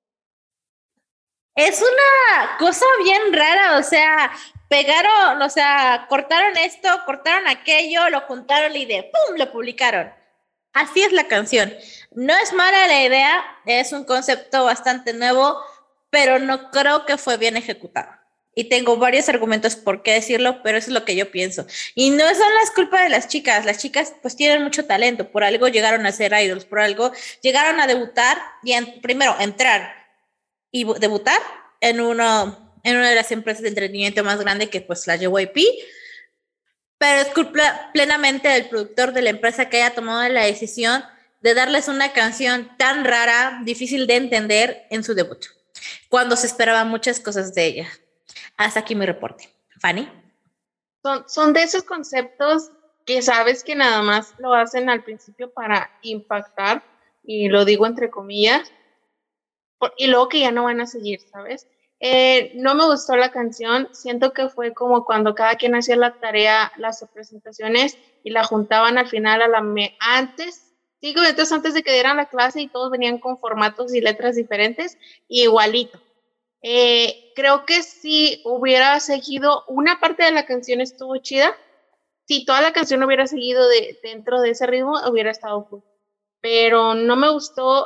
es una cosa bien rara, o sea, pegaron, o sea, cortaron esto, cortaron aquello, lo juntaron y de ¡pum! Lo publicaron. Así es la canción. No es mala la idea, es un concepto bastante nuevo, pero no creo que fue bien ejecutado. Y tengo varios argumentos por qué decirlo, pero eso es lo que yo pienso. Y no son las culpas de las chicas pues tienen mucho talento, por algo llegaron a ser idols, por algo llegaron a debutar y primero entrar y debutar en una de las empresas de entretenimiento más grande que pues la JYP, pero es culpa plenamente del productor de la empresa que haya tomado la decisión de darles una canción tan rara, difícil de entender en su debut, cuando se esperaban muchas cosas de ella. Hasta aquí mi reporte. Fanny. Son de esos conceptos que sabes que nada más lo hacen al principio para impactar, y lo digo entre comillas, y luego que ya no van a seguir, ¿sabes? No me gustó la canción, siento que fue como cuando cada quien hacía la tarea, las presentaciones, y la juntaban al final antes 5 minutos antes de que dieran la clase, y todos venían con formatos y letras diferentes, igualito. Creo que si hubiera seguido una parte de la canción estuvo chida. Si toda la canción hubiera seguido dentro de ese ritmo, hubiera estado cool. Pero no me gustó.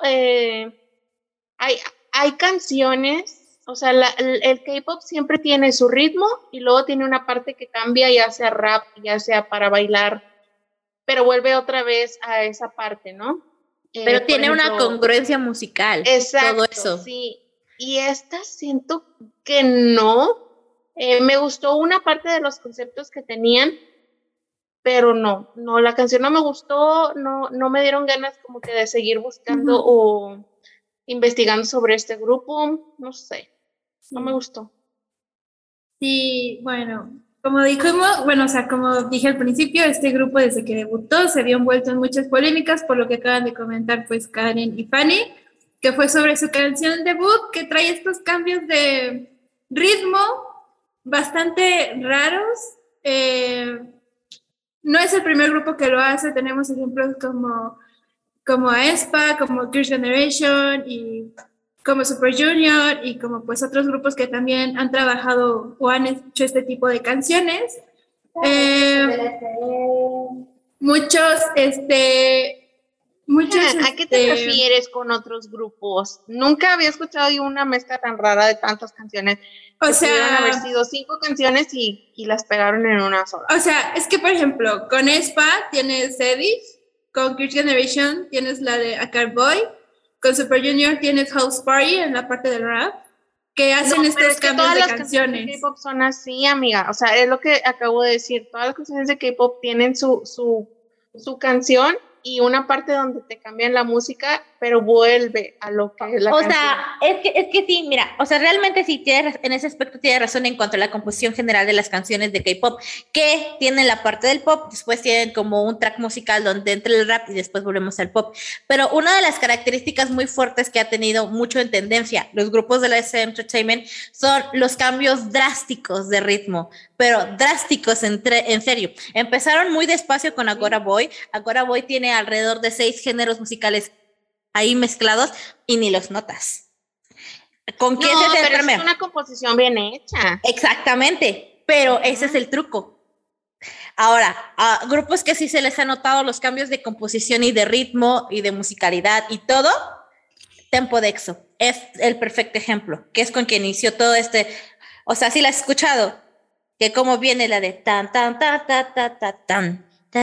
Hay canciones, o sea, el K-pop siempre tiene su ritmo y luego tiene una parte que cambia, ya sea rap, ya sea para bailar, pero vuelve otra vez a esa parte, ¿no? Pero tiene una congruencia musical. Exacto, todo eso. Sí. Y esta siento que no. Me gustó una parte de los conceptos que tenían, pero no, la canción no me gustó, no me dieron ganas como que de seguir buscando o investigando sobre este grupo, no sé, no me gustó. Sí, bueno, como dijimos, bueno, o sea, como dije al principio, este grupo desde que debutó se vio envuelto en muchas polémicas, por lo que acaban de comentar pues Karen y Fanny, que fue sobre su canción debut, que trae estos cambios de ritmo bastante raros. No es el primer grupo que lo hace, tenemos ejemplos como aespa, como Girls' Generation y como Super Junior y como pues otros grupos que también han trabajado o han hecho este tipo de canciones. Muchos, ¿A qué te refieres con otros grupos? Nunca había escuchado yo una mezcla tan rara de tantas canciones. O sea, pudieron haber sido 5 canciones y las pegaron en una sola. O sea, es que por ejemplo, con aespa tienes Edith, con Girls' Generation tienes la de A Boy, con Super Junior tienes House Party en la parte del rap, que hacen estos cambios de canciones. De K-pop son así, amiga. O sea, es lo que acabo de decir. Todas las canciones de K-pop tienen su canción y una parte donde te cambian la música, pero vuelve a lo que es la canción. O sea, es que sí, mira, o sea, realmente sí, en ese aspecto tiene razón en cuanto a la composición general de las canciones de K-pop, que tienen la parte del pop, después tienen como un track musical donde entra el rap y después volvemos al pop. Pero una de las características muy fuertes que ha tenido mucho en tendencia los grupos de la SM Entertainment son los cambios drásticos de ritmo, pero drásticos en serio. Empezaron muy despacio con Agora Boy. Agora Boy tiene alrededor de 6 géneros musicales ahí mezclados y ni los notas. ¿Con qué es el primero? Es una composición bien hecha. Exactamente, pero ese es el truco. Ahora, a grupos que sí se les ha notado los cambios de composición y de ritmo y de musicalidad y todo, Tempo de EXO es el perfecto ejemplo, que es con que inició todo o sea, sí la has escuchado, que como viene la de tan, tan, ta, ta, ta, ta, tan.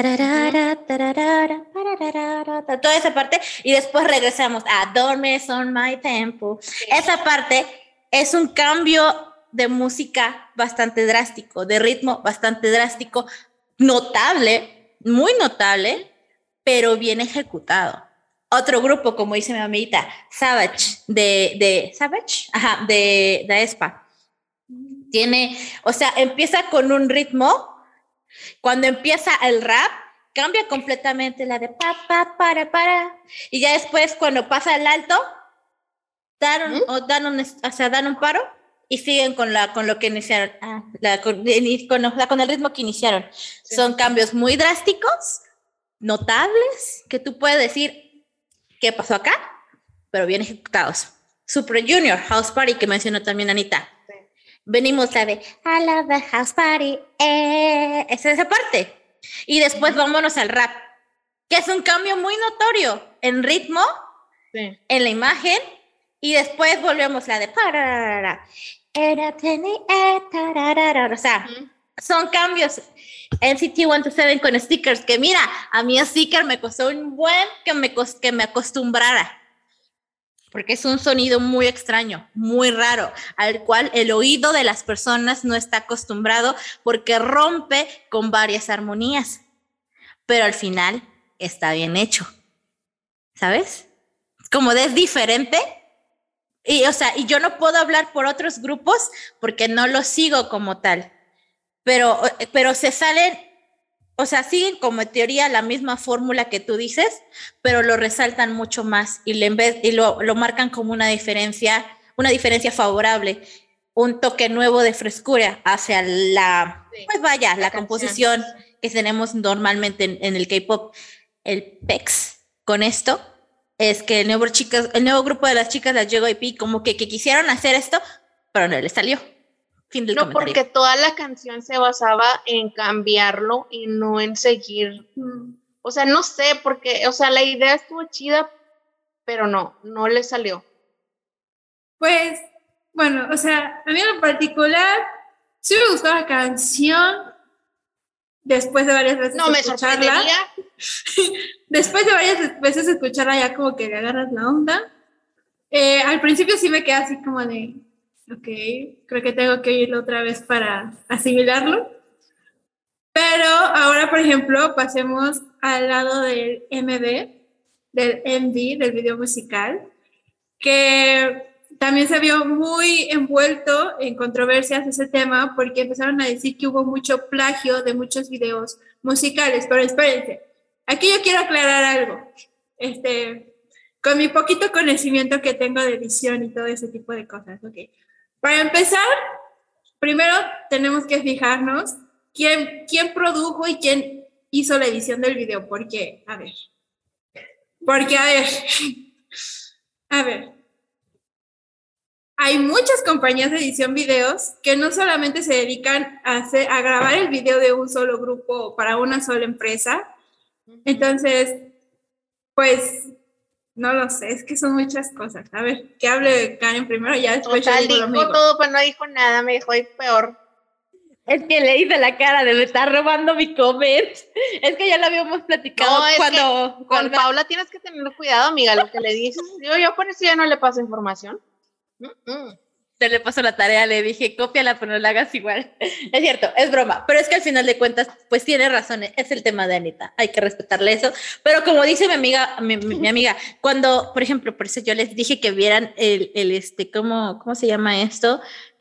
Toda esa parte y después regresamos a Dormes on my tempo. Esa parte es un cambio de música bastante drástico, de ritmo bastante drástico, notable, muy notable, pero bien ejecutado. Otro grupo, como dice mi amiguita, Savage, de aespa. O sea, empieza con un ritmo. Cuando empieza el rap, cambia completamente la de para. Y ya después, cuando pasa el alto, dan un paro y siguen con lo que iniciaron. Con el ritmo que iniciaron. Sí. Son cambios muy drásticos, notables, que tú puedes decir qué pasó acá, pero bien ejecutados. Super Junior, House Party, que mencionó también Anita. Sí. Venimos la de I love the house party, esa parte. Y después vámonos al rap, que es un cambio muy notorio en ritmo, sí, en la imagen, y después volvemos la de pararara. O sea, son cambios. NCT 127 con stickers, que mira, a mí el sticker me costó un buen que me acostumbrara. Porque es un sonido muy extraño, muy raro, al cual el oído de las personas no está acostumbrado porque rompe con varias armonías. Pero al final está bien hecho, ¿sabes? Como es diferente. Y, o sea, y yo no puedo hablar por otros grupos porque no los sigo como tal. Pero se salen, o sea, siguen como en teoría la misma fórmula que tú dices, pero lo resaltan mucho más y lo marcan como una diferencia favorable, un toque nuevo de frescura hacia la composición que tenemos normalmente en el K-pop. El PEX con esto es que el nuevo grupo de las chicas, las JYP, como que quisieron hacer esto, pero no les salió. Fin del comentario. Porque toda la canción se basaba en cambiarlo y no en seguir. O sea, no sé, porque, o sea, la idea estuvo chida, pero no le salió. Pues, bueno, o sea, a mí en particular sí me gustó la canción después de varias veces escucharla. Después de varias veces escucharla ya como que le agarras la onda. Al principio sí me quedé así como de ok, creo que tengo que oírlo otra vez para asimilarlo. Pero ahora, por ejemplo, pasemos al lado del MV, del video musical, que también se vio muy envuelto en controversias ese tema porque empezaron a decir que hubo mucho plagio de muchos videos musicales. Pero espérense, aquí yo quiero aclarar algo. Con mi poquito conocimiento que tengo de edición y todo ese tipo de cosas. Okay. Para empezar, primero tenemos que fijarnos quién produjo y quién hizo la edición del video. Porque, a ver, hay muchas compañías de edición videos que no solamente se dedican a grabar el video de un solo grupo para una sola empresa. Entonces, pues, no lo sé, es que son muchas cosas. A ver, que hable Karen primero, ya después Total, dijo todo, pero no dijo nada, me dijo ahí peor. Es que le hice la cara de me estar robando mi comment. Es que ya lo habíamos platicado con Paula tienes que tener cuidado, amiga, lo que le dices. Yo por eso ya no le paso información. Se le pasó la tarea, le dije, cópiala, pero no la hagas igual. Es cierto, es broma, pero es que al final de cuentas, pues tiene razón, es el tema de Anita, hay que respetarle eso. Pero como dice mi amiga, cuando, por ejemplo, por eso yo les dije que vieran ¿cómo se llama esto?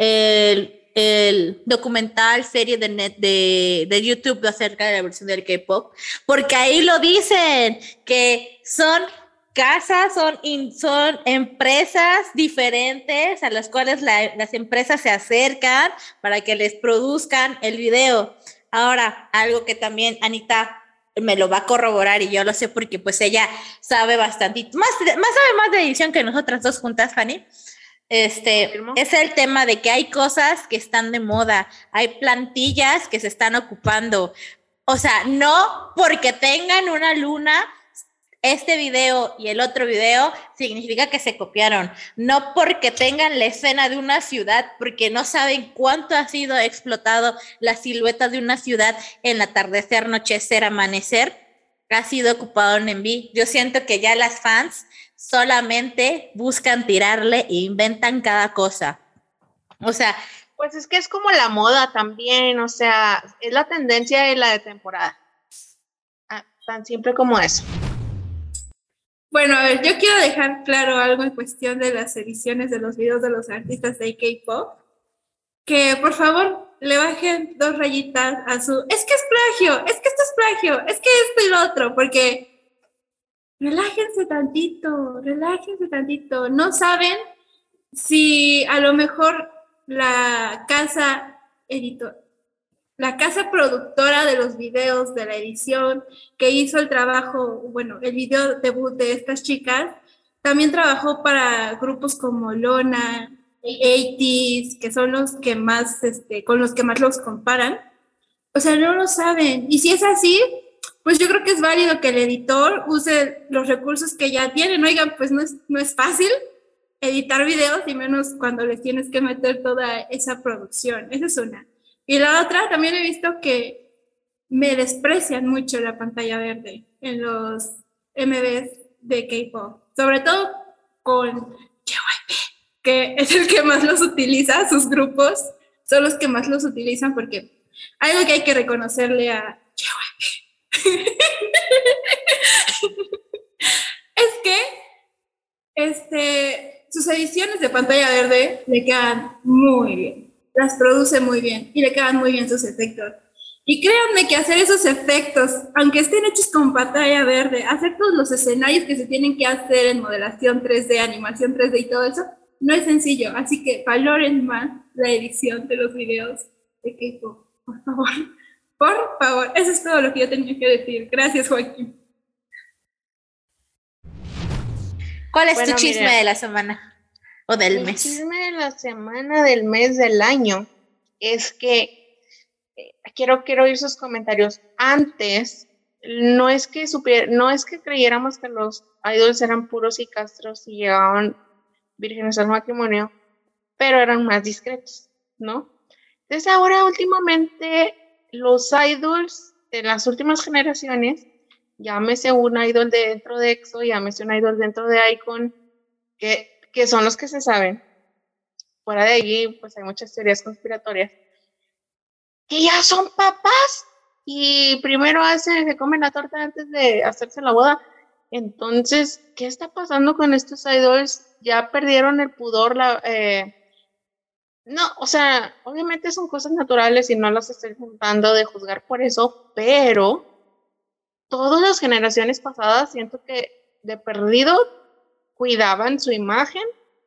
El documental, serie de YouTube acerca de la versión del K-pop, porque ahí lo dicen, que son casas, son empresas diferentes a las cuales las empresas se acercan para que les produzcan el video. Ahora, algo que también Anita me lo va a corroborar y yo lo sé porque pues ella sabe bastante, sabe más de edición que nosotras dos juntas, Fanny. Es el tema de que hay cosas que están de moda, hay plantillas que se están ocupando. O sea, no porque tengan una luna, este video y el otro video significa que se copiaron. No porque tengan la escena de una ciudad, porque no saben cuánto ha sido explotado la silueta de una ciudad en atardecer, anochecer, amanecer, ha sido ocupado en MV. Yo siento que ya las fans solamente buscan tirarle e inventan cada cosa. O sea, pues es que es como la moda también, o sea, es la tendencia de la de temporada. Tan simple como eso. Bueno, a ver, yo quiero dejar claro algo en cuestión de las ediciones de los videos de los artistas de K-pop. Que por favor le bajen 2 rayitas a su... Es que es plagio, es que esto es plagio, es que esto y lo otro, porque... Relájense tantito. No saben si a lo mejor la casa productora de los videos de la edición que hizo el trabajo, bueno, el video debut de estas chicas, también trabajó para grupos como Lona, 80s, que son los que más, con los que más los comparan. O sea, no lo saben. Y si es así, pues yo creo que es válido que el editor use los recursos que ya tienen. Oigan, pues no es fácil editar videos, y menos cuando les tienes que meter toda esa producción. Esa es una. Y la otra, también he visto que me desprecian mucho la pantalla verde en los MVs de K-pop. Sobre todo con JYP, que es el que más los utiliza, sus grupos son los que más los utilizan, porque algo que hay que reconocerle a JYP es que sus ediciones de pantalla verde le quedan muy bien, las produce muy bien y le quedan muy bien sus efectos. Y créanme que hacer esos efectos, aunque estén hechos con pantalla verde, hacer todos los escenarios que se tienen que hacer en modelación 3D, animación 3D y todo eso, no es sencillo. Así que valoren más la edición de los videos de K-pop, por favor. Por favor, eso es todo lo que yo tenía que decir. Gracias, Joaquín. ¿Cuál es tu chisme de la semana? ¿O del mes? El chisme de la semana, del mes, del año, es que quiero oír sus comentarios. Antes, no es que creyéramos que los idols eran puros y castros y llegaban vírgenes al matrimonio, pero eran más discretos, ¿no? Entonces ahora últimamente los idols de las últimas generaciones, llámese un idol dentro de EXO, llámese un idol dentro de iKON, que son los que se saben. Fuera de allí, pues hay muchas teorías conspiratorias, que ya son papás y primero se comen la torta antes de hacerse la boda. Entonces, ¿qué está pasando con estos idols ya perdieron el pudor, no, o sea, obviamente son cosas naturales y no las estoy tratando de juzgar por eso, pero todas las generaciones pasadas siento que de perdido cuidaban su imagen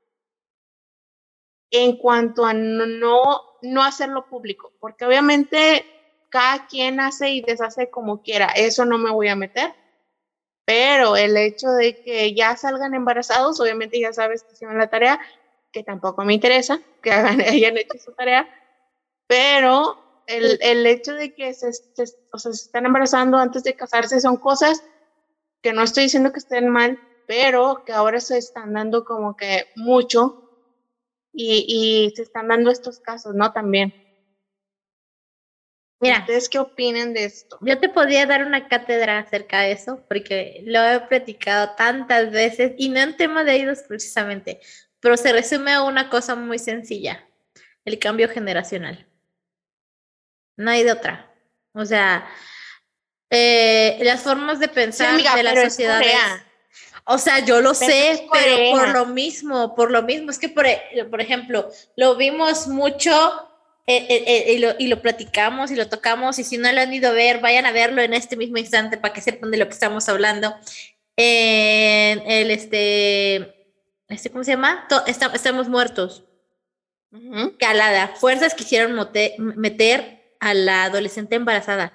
en cuanto a no hacerlo público, porque obviamente cada quien hace y deshace como quiera, eso no me voy a meter, pero el hecho de que ya salgan embarazados, obviamente ya sabes que hicieron la tarea, que tampoco me interesa que hayan hecho su tarea, pero el hecho de que se están embarazando antes de casarse son cosas que no estoy diciendo que estén mal, pero que ahora se están dando como que mucho y se están dando estos casos, ¿no? También. Mira, ¿ustedes qué opinan de esto? yo te podría dar una cátedra acerca de eso, porque lo he platicado tantas veces, y no en tema de idols precisamente, pero se resume a una cosa muy sencilla, el cambio generacional. No hay de otra. O sea, las formas de pensar amiga, de las pero es sociedades. Corea. O sea, yo lo Pero es sé, pero Corea. por lo mismo, es que por ejemplo, lo vimos mucho y lo platicamos y lo tocamos, y si no lo han ido a ver, vayan a verlo en este mismo instante para que sepan de lo que estamos hablando. En ¿cómo se llama? Estamos muertos. Ujú. Que a la fuerzas quisieron meter a la adolescente embarazada.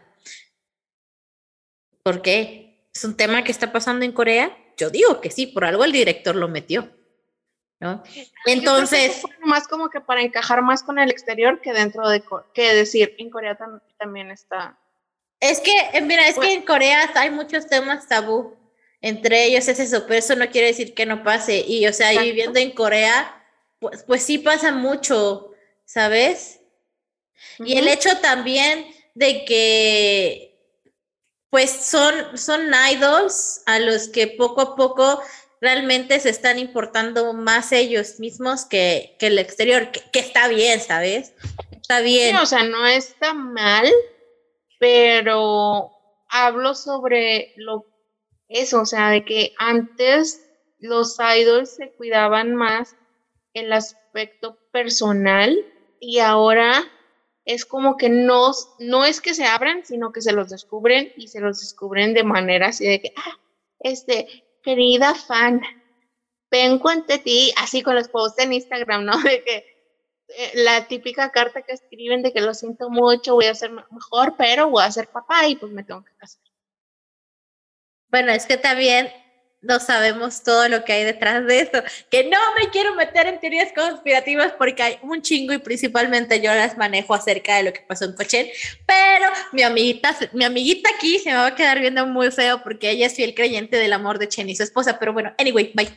¿Por qué? ¿Es un tema que está pasando en Corea? Yo digo que sí, por algo el director lo metió, ¿no? Entonces, más como que para encajar más con el exterior que dentro de que decir en Corea también está. es que en Corea hay muchos temas tabú, entre ellos es eso, pero eso no quiere decir que no pase, y o sea, y viviendo en Corea, pues sí pasa mucho, ¿sabes? Y el hecho también de que pues son idols a los que poco a poco realmente se están importando más ellos mismos que el exterior, que está bien, ¿sabes? Está bien. Sí, o sea, no está mal, pero hablo sobre eso, o sea, de que antes los idols se cuidaban más el aspecto personal y ahora es como que no es que se abran, sino que se los descubren y se los descubren de manera así de que, querida fan, vengo ante ti, así con los posts en Instagram, ¿no? De que la típica carta que escriben de que lo siento mucho, voy a ser mejor, pero voy a ser papá y pues me tengo que casar. Bueno, es que también no sabemos todo lo que hay detrás de eso, que no me quiero meter en teorías conspirativas porque hay un chingo y principalmente yo las manejo acerca de lo que pasó en Cochen, pero mi amiguita aquí se me va a quedar viendo muy feo porque ella es fiel creyente del amor de Chen y su esposa, pero bueno, anyway, bye.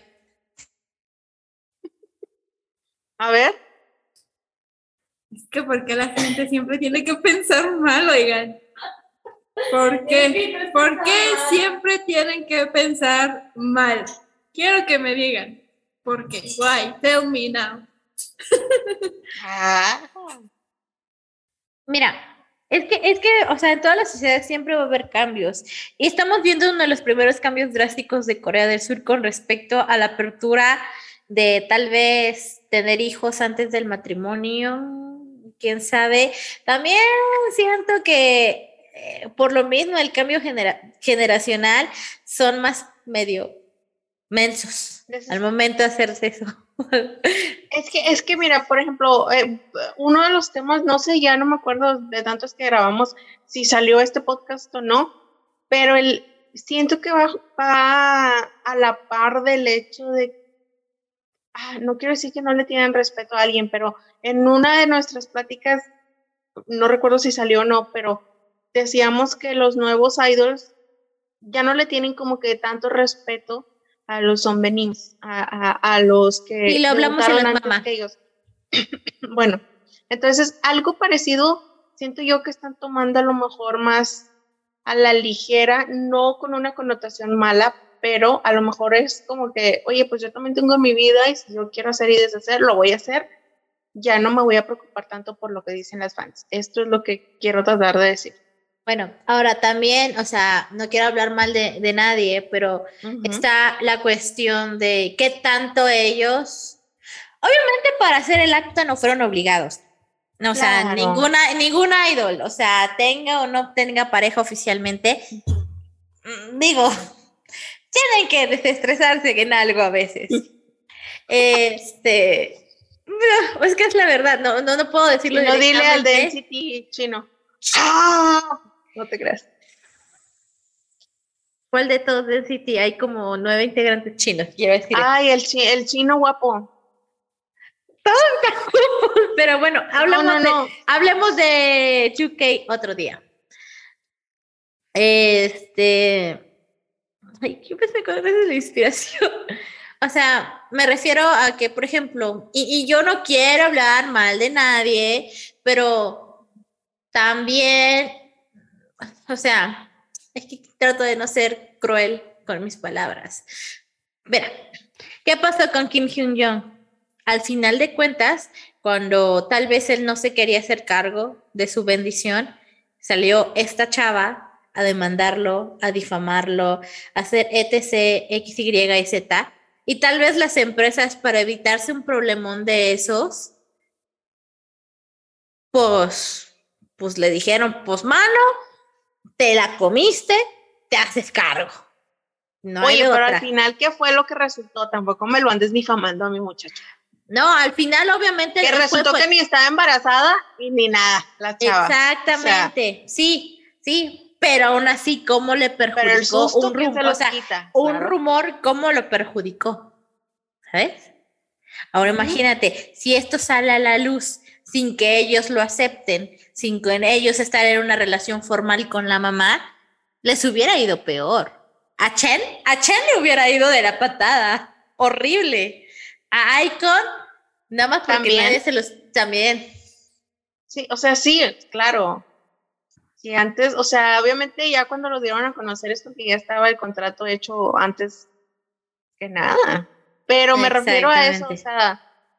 A ver. Es que porque la gente siempre tiene que pensar mal, oigan. ¿Por qué? ¿Por qué siempre tienen que pensar mal? Quiero que me digan. ¿Por qué? Why? Tell me now. Mira, es que, o sea, en todas las sociedades siempre va a haber cambios. Y estamos viendo uno de los primeros cambios drásticos de Corea del Sur con respecto a la apertura de tal vez tener hijos antes del matrimonio. Quién sabe. También siento que por lo mismo el cambio generacional son más medio mensos al momento de hacerse eso. Es que mira, por ejemplo, uno de los temas, no sé, ya no me acuerdo de tantos que grabamos, si salió este podcast o no, pero siento que va a la par del hecho de, no quiero decir que no le tienen respeto a alguien, pero en una de nuestras pláticas, no recuerdo si salió o no, pero decíamos que los nuevos idols ya no le tienen como que tanto respeto a los hombres, a los que y lo hablamos en la mamá. Que ellos. Bueno, entonces algo parecido siento yo que están tomando a lo mejor más a la ligera, no con una connotación mala, pero a lo mejor es como que, oye, pues yo también tengo mi vida y si yo quiero hacer y deshacer, lo voy a hacer, ya no me voy a preocupar tanto por lo que dicen las fans. Esto es lo que quiero tratar de decir. Bueno, ahora también, o sea, no quiero hablar mal de nadie, pero está la cuestión de qué tanto ellos, obviamente para hacer el acto no fueron obligados. No, o sea, Claro. ningún idol, o sea, tenga o no tenga pareja oficialmente, digo, tienen que desestresarse en algo a veces. Es que es la verdad, no puedo decirlo Y no dile al de directamente. NCT chino. ¡Ah! No te creas. ¿Cuál de todos del City? Hay como 9 integrantes chinos, quiero decir. Ay, el chino guapo. Pero bueno, No. hablemos de 2K otro día. Ay, ¿qué empecé con la inspiración? O sea, me refiero a que, por ejemplo, y yo no quiero hablar mal de nadie, pero también, o sea, es que trato de no ser cruel con mis palabras. Verá, ¿qué pasó con Kim Hyun-jong? Al final de cuentas, cuando tal vez él no se quería hacer cargo de su bendición, salió esta chava a demandarlo, a difamarlo, a hacer etc, X, Y y Z. Y tal vez las empresas, para evitarse un problemón de esos, pues le dijeron, pues mano, te la comiste, te haces cargo. No Oye, hay pero otra. al final, ¿qué fue lo que resultó? Tampoco me lo andes difamando a mi muchacho. No, al final obviamente... Que resultó que ni estaba embarazada y ni nada, la chava. Exactamente, o sea, sí, pero aún así, ¿cómo le perjudicó? Pero el susto, un rumor, o sea, quita, un claro. rumor, ¿cómo lo perjudicó? ¿Sabes? Ahora imagínate, si esto sale a la luz sin que ellos lo acepten, sin que ellos estar en una relación formal con la mamá, les hubiera ido peor. A Chen le hubiera ido de la patada, horrible. A Icon, nada más porque ¿También? nadie se los... También. Sí, o sea, sí, claro. Sí, antes, o sea, obviamente ya cuando lo dieron a conocer es porque ya estaba el contrato hecho antes que nada. Pero me refiero a eso, o sea,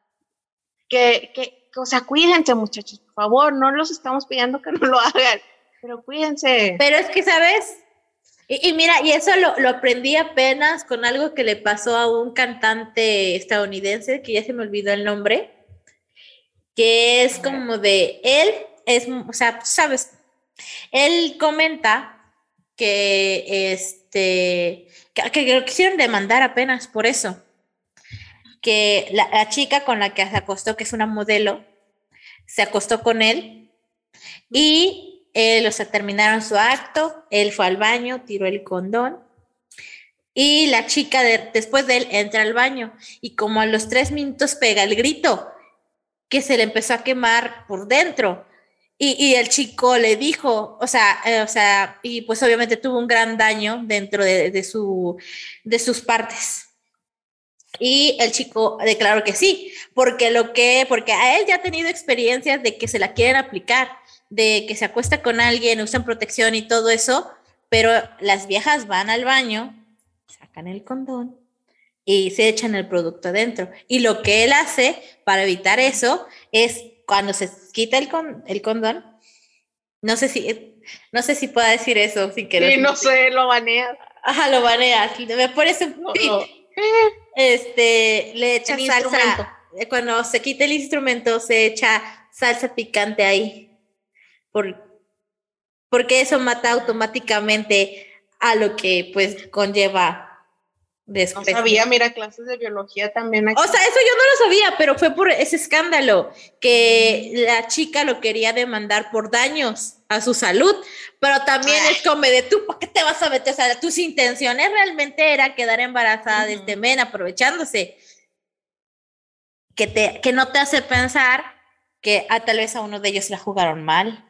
o sea, cuídense, muchachos, por favor, no los estamos pidiendo que no lo hagan, pero cuídense. Pero es que, ¿sabes? Y mira, y eso lo aprendí apenas con algo que le pasó a un cantante estadounidense, que ya se me olvidó el nombre, que es como de, él es, o sea, sabes, él comenta que que lo quisieron demandar apenas por eso, que la chica con la que se acostó, que es una modelo, se acostó con él y o sea, terminaron su acto, él fue al baño, tiró el condón y la chica después de él entra al baño y como a los 3 minutos pega el grito que se le empezó a quemar por dentro. Y el chico le dijo, o sea, y pues obviamente tuvo un gran daño dentro de sus partes. Y el chico declaró que sí, porque a él ya ha tenido experiencias de que se la quieren aplicar, de que se acuesta con alguien, usan protección y todo eso, pero las viejas van al baño, sacan el condón y se echan el producto adentro. Y lo que él hace para evitar eso es cuando se quita el condón, no sé si pueda decir eso sin que sí, no sé, lo baneas. Ajá, lo baneas. Me parece le echa el salsa. Instrumento. Cuando se quita el instrumento, se echa salsa picante ahí. Porque eso mata automáticamente a lo que pues conlleva después. No sabía, mira, clases de biología también aquí. O sea, eso yo no lo sabía, pero fue por ese escándalo que la chica lo quería demandar por daños a su salud, pero también es como de tú, ¿por qué te vas a meter? O sea, tus intenciones realmente era quedar embarazada de este men aprovechándose, que no te hace pensar que tal vez a uno de ellos la jugaron mal.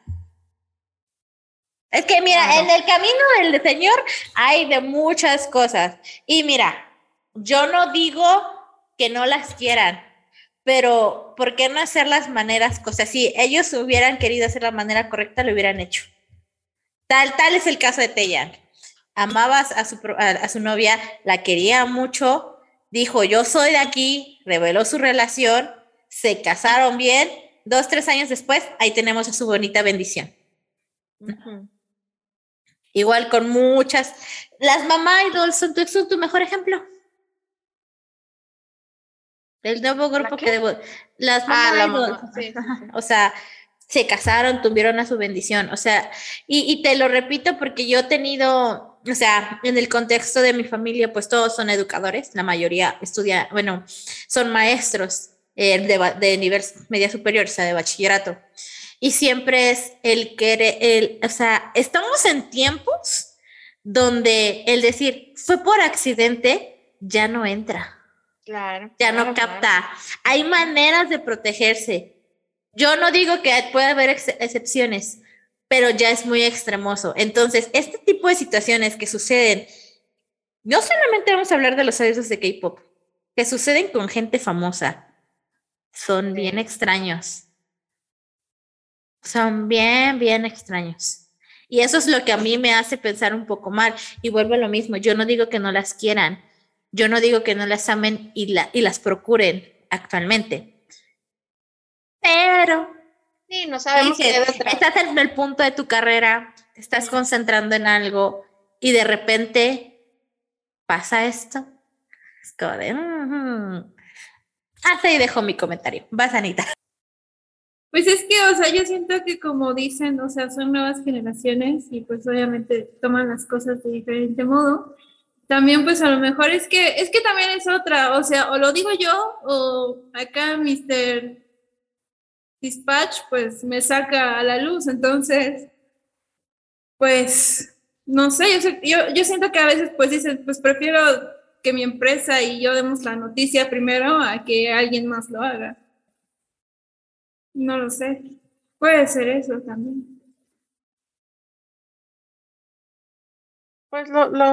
Es que mira, claro, en el camino del Señor hay de muchas cosas. Y mira, yo no digo que no las quieran, pero ¿por qué no hacer las maneras? O sea, si ellos hubieran querido hacer la manera correcta, lo hubieran hecho. Tal es el caso de Taeyang. Amabas a su novia, la quería mucho, dijo, yo soy de aquí, reveló su relación, se casaron bien, 2-3 años después, ahí tenemos a su bonita bendición. Igual con muchas. Las mamá idols son tu mejor ejemplo. El nuevo grupo las mamá idols. Sí. O sea, se casaron, tuvieron a su bendición. O sea, y te lo repito porque yo he tenido, o sea, en el contexto de mi familia, pues todos son educadores, la mayoría estudia, bueno, son maestros de nivel media superior, o sea, de bachillerato. Y siempre es o sea, estamos en tiempos donde el decir fue por accidente ya no entra. Claro. Ya no capta. Hay maneras de protegerse. Yo no digo que pueda haber excepciones, pero ya es muy extremoso. Entonces, este tipo de situaciones que suceden, no solamente vamos a hablar de los idols de K-pop, que suceden con gente famosa, son bien extraños. Son bien extraños. Y eso es lo que a mí me hace pensar un poco mal. Y vuelvo a lo mismo, yo no digo que no las quieran, yo no digo que no las amen y las procuren actualmente. Pero sí, no sabemos qué detrás. Estás en el punto de tu carrera, te estás concentrando en algo y de repente pasa esto. Es como de... Hasta ahí dejo mi comentario. Vas, Anita. Pues es que, o sea, yo siento que como dicen, o sea, son nuevas generaciones y pues obviamente toman las cosas de diferente modo. También pues a lo mejor es que también es otra, o sea, o lo digo yo o acá Mr. Dispatch pues me saca a la luz, entonces pues no sé, yo siento que a veces pues dicen, pues prefiero que mi empresa y yo demos la noticia primero a que alguien más lo haga. No lo sé. Puede ser eso también. Pues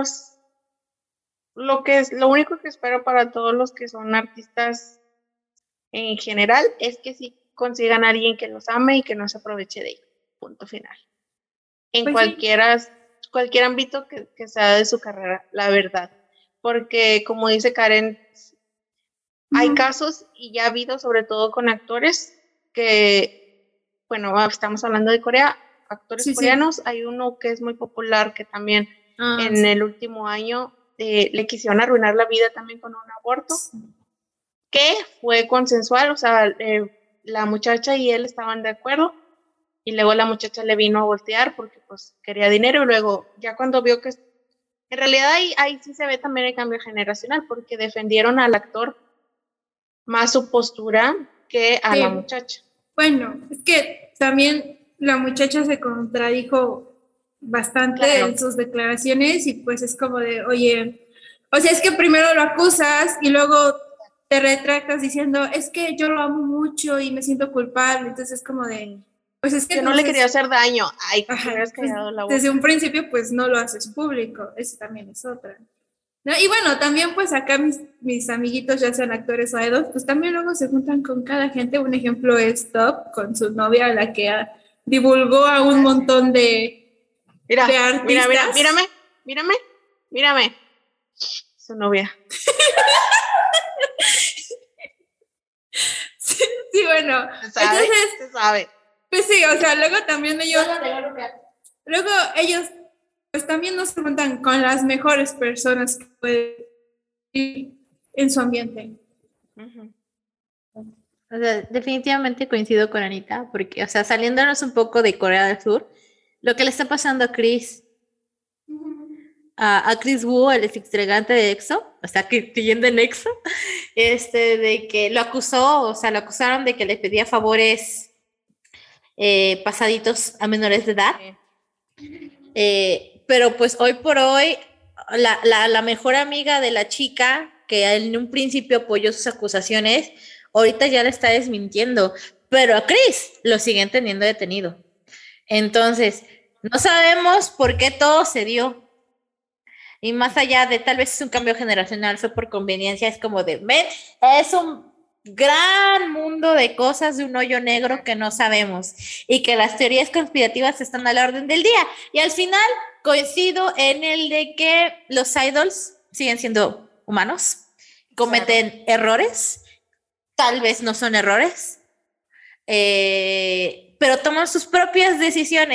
lo único que espero para todos los que son artistas en general es que sí consigan a alguien que los ame y que no se aproveche de ellos. Punto final. En Pues cualquier ámbito que sea de su carrera, la verdad. Porque como dice Karen, hay casos y ya ha habido sobre todo con actores que, bueno, estamos hablando de Corea, actores coreanos, hay uno que es muy popular que también en el último año le quisieron arruinar la vida también con un aborto, que fue consensual, o sea, la muchacha y él estaban de acuerdo, y luego la muchacha le vino a voltear porque pues quería dinero, y luego ya cuando vio que, en realidad ahí sí se ve también el cambio generacional, porque defendieron al actor más su postura que a la muchacha. Bueno, es que también la muchacha se contradijo bastante en sus declaraciones y pues es como de, oye, o sea, es que primero lo acusas y luego te retractas diciendo, es que yo lo amo mucho y me siento culpable, entonces es como de, pues es que no le quería hacer daño, ay, pues, desde un principio pues no lo haces público, eso también es otra. ¿No? Y bueno, también pues acá mis amiguitos, ya sean actores o idols, pues también luego se juntan con cada gente. Un ejemplo es Top, con su novia, la que divulgó a un montón de artistas. Mírame. Su novia. sí, bueno. Se sabe. Pues sí, o sea, luego también ellos pues también nos preguntan con las mejores personas que pueden ir en su ambiente. O sea, definitivamente coincido con Anita, porque, o sea, saliéndonos un poco de Corea del Sur, lo que le está pasando a Chris, a Chris Wu, el extregante de EXO, o sea, que yendo en EXO, de que lo acusaron de que le pedía favores pasaditos a menores de edad. Pero pues hoy por hoy la mejor amiga de la chica que en un principio apoyó sus acusaciones, ahorita ya la está desmintiendo, pero a Chris lo siguen teniendo detenido. Entonces, no sabemos por qué todo se dio. Y más allá de tal vez es un cambio generacional, fue por conveniencia, es como de, ven, es un gran mundo de cosas, de un hoyo negro que no sabemos y que las teorías conspirativas están a la orden del día. Y al final coincido en el de que los idols siguen siendo humanos, cometen errores, tal vez no son errores, pero toman sus propias decisiones.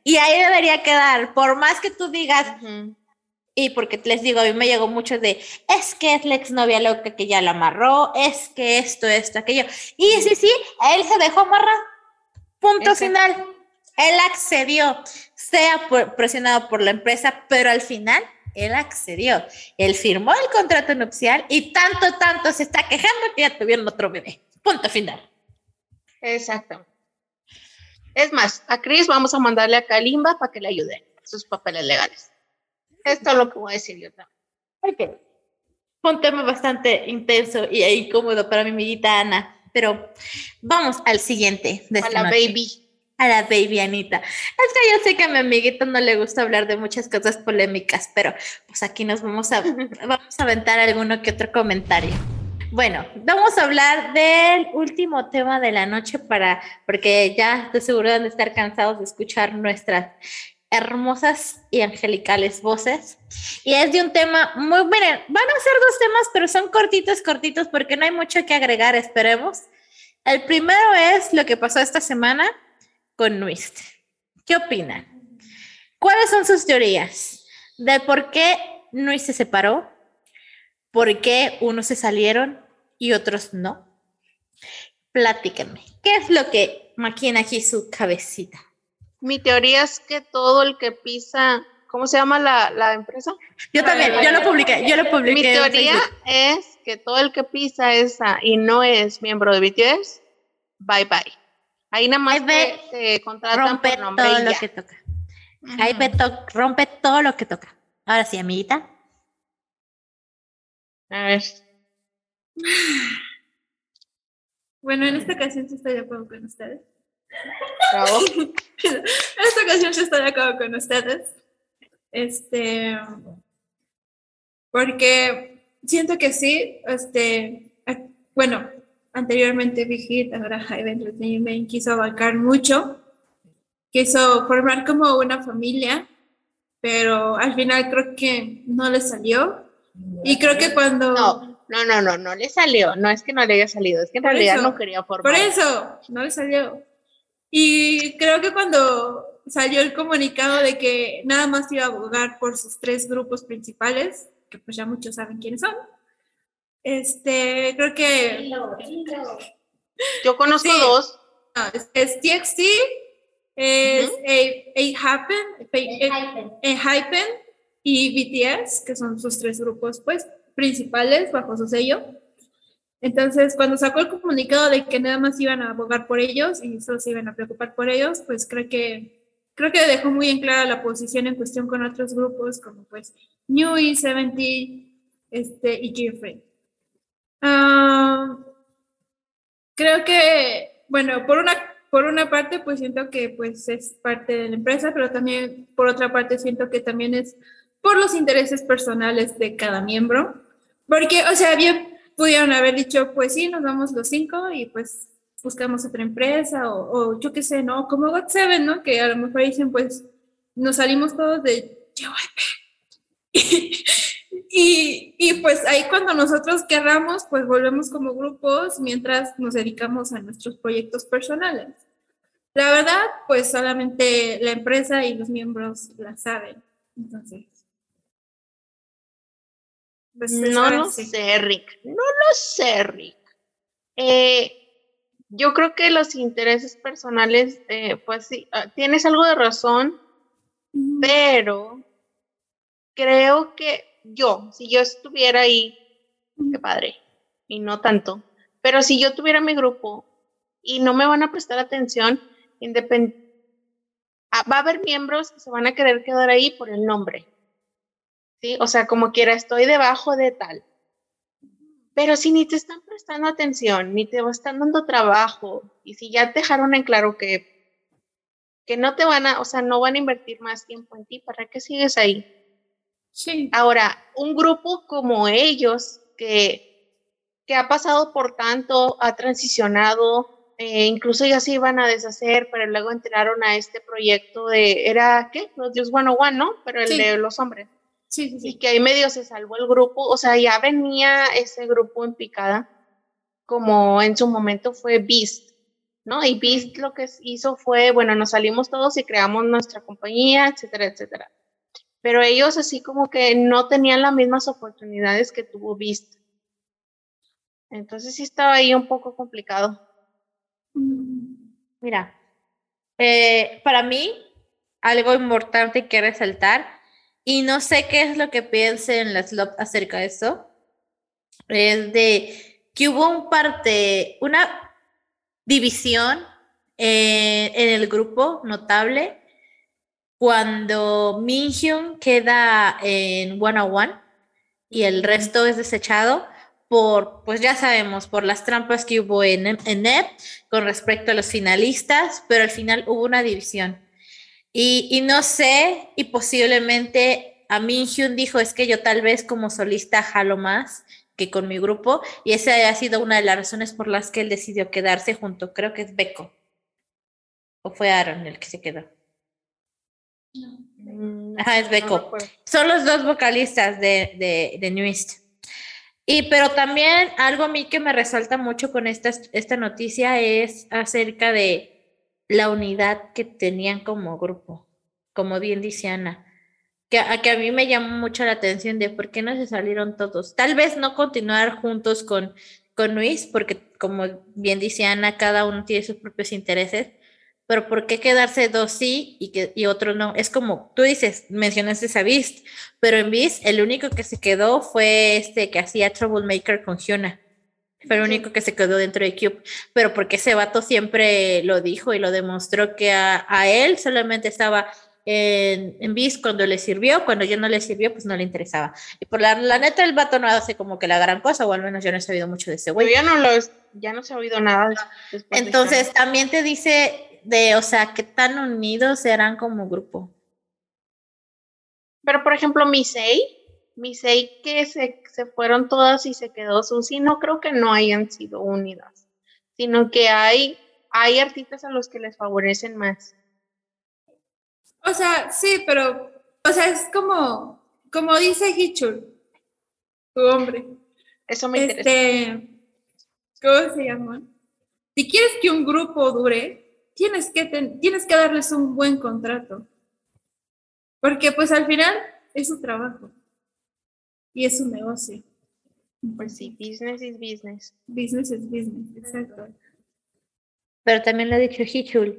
Y ahí debería quedar, por más que tú digas, Ujú. y porque les digo, a mí me llegó mucho de, es que es la exnovia loca que ya la amarró, es que esto, aquello. Y sí, él se dejó amarrar. Punto Ese. final. Él accedió, sea presionado por la empresa, pero al final él accedió. Él firmó el contrato nupcial y tanto se está quejando que ya tuvieron otro bebé. Punto final. Exacto. Es más, a Chris vamos a mandarle a Kalimba para que le ayude sus papeles legales. Esto es lo que voy a decir yo también. Ok. Fue un tema bastante intenso y incómodo para mi amiguita Ana, pero vamos al siguiente de A esta la noche. baby. A la baby Anita. Es que yo sé que a mi amiguita no le gusta hablar de muchas cosas polémicas, pero pues aquí nos vamos a aventar alguno que otro comentario. Bueno, vamos a hablar del último tema de la noche porque ya de seguro han de estar cansados de escuchar nuestras hermosas y angelicales voces. Y es de un tema muy, miren, van a ser 2 temas, pero son cortitos, porque no hay mucho que agregar, esperemos. El primero es lo que pasó esta semana con Nuist. ¿Qué opinan? ¿Cuáles son sus teorías de por qué Nuist se separó? ¿Por qué unos se salieron y otros no? Platíquenme. ¿Qué es lo que maquina aquí su cabecita? Mi teoría es que todo el que pisa, ¿cómo se llama la empresa? Yo también, yo lo publiqué. Mi teoría es que todo el que pisa esa y no es miembro de BTS, bye. Ahí nada más te contratan rompe por nombre todo y lo ya. que toca. Rompe todo lo que toca. Ahora sí, amiguita. A ver. Bueno, en esta ocasión sí estoy de acuerdo con ustedes. Bravo. En esta ocasión sí estoy de acuerdo con ustedes. Porque siento que sí, bueno, anteriormente Big Hit, ahora Hive Entertainment quiso abarcar mucho, quiso formar como una familia, pero al final creo que no le salió. Y creo que cuando... No le salió. No es que no le haya salido, es que en realidad no quería formar. Por eso, no le salió. Y creo que cuando salió el comunicado de que nada más iba a abogar por sus 3 grupos principales, que pues ya muchos saben quiénes son, creo que... Yo conozco Sí. 2. Es TXT, es Hypen y BTS, que son sus 3 grupos pues principales bajo su sello. Entonces, cuando sacó el comunicado de que nada más iban a abogar por ellos y solo se iban a preocupar por ellos, pues creo que dejó muy en clara la posición en cuestión con otros grupos como pues New y 70 y Jeffrey. Creo que, bueno, por una parte, pues siento que pues es parte de la empresa, pero también por otra parte siento que también es por los intereses personales de cada miembro, porque, o sea, bien pudieron haber dicho, pues sí, nos vamos los 5 y pues buscamos otra empresa o yo qué sé, ¿no? Como GOT7, ¿no? Que a lo mejor dicen, pues nos salimos todos de JYP. Y pues ahí cuando nosotros querramos, pues volvemos como grupos mientras nos dedicamos a nuestros proyectos personales. La verdad, pues solamente la empresa y los miembros la saben. Entonces, pues No lo sé, Rick. Yo creo que los intereses personales, pues sí, tienes algo de razón, pero creo que si yo estuviera ahí, qué padre, y no tanto, pero si yo tuviera mi grupo y no me van a prestar atención, va a haber miembros que se van a querer quedar ahí por el nombre, ¿sí? O sea, como quiera, estoy debajo de tal. Pero si ni te están prestando atención, ni te están dando trabajo, y si ya te dejaron en claro que no te van a, o sea, no van a invertir más tiempo en ti, ¿para qué sigues ahí? Sí. Ahora, un grupo como ellos, que ha pasado por tanto, ha transicionado, incluso ya se iban a deshacer, pero luego entraron a este proyecto ¿era qué? Los Dios 101, ¿no? Pero el de los hombres. Sí. Y que ahí medio se salvó el grupo, o sea, ya venía ese grupo en picada, como en su momento fue Beast. ¿no? Y Beast lo que hizo fue, bueno, nos salimos todos y creamos nuestra compañía, etcétera, etcétera. Pero ellos así como que no tenían las mismas oportunidades que tuvo Beast. Entonces sí estaba ahí un poco complicado. Mira, para mí, algo importante que resaltar, y no sé qué es lo que piense en la SLOP acerca de eso, es de que hubo una división en el grupo notable cuando Minhyun queda en 101 y el resto es desechado pues ya sabemos, por las trampas que hubo en NEP con respecto a los finalistas, pero al final hubo una división. Y no sé, y posiblemente a Minhyun dijo, es que yo tal vez como solista jalo más que con mi grupo, y esa ha sido una de las razones por las que él decidió quedarse junto, creo que es Beko. ¿O fue Aaron el que se quedó? Ajá, es Beko. No, son los dos vocalistas de New East. Pero también algo a mí que me resalta mucho con esta noticia es acerca de la unidad que tenían como grupo, como bien dice Ana, que a mí me llamó mucho la atención de por qué no se salieron todos. Tal vez no continuar juntos con Luis, porque como bien dice Ana, cada uno tiene sus propios intereses, pero ¿por qué quedarse dos sí y otro no? Es como, tú dices, mencionaste a Beast, pero en Beast el único que se quedó fue que hacía Troublemaker con Hyuna. Fue el único que se quedó dentro de Cube. Pero porque ese vato siempre lo dijo y lo demostró que a él solamente estaba en Beast cuando le sirvió, cuando ya no le sirvió, pues no le interesaba. Y por la neta, el vato no hace como que la gran cosa, o al menos yo no he sabido mucho de ese güey. Ya no se ha oído nada después. Entonces, también te dice o sea, qué tan unidos eran como grupo. Pero, por ejemplo, Misei que se fueron todas y se quedó Suzy, no creo que no hayan sido unidas, sino que hay artistas a los que les favorecen más. O sea, sí, pero, o sea, es como dice Hichul, tu hombre. Eso me interesa. ¿Cómo se llama? Si quieres que un grupo dure, tienes que darles un buen contrato. Porque pues al final es un trabajo. Y es un negocio. Pues sí, business is business. Business is business, exacto. Pero también lo ha dicho Hichul,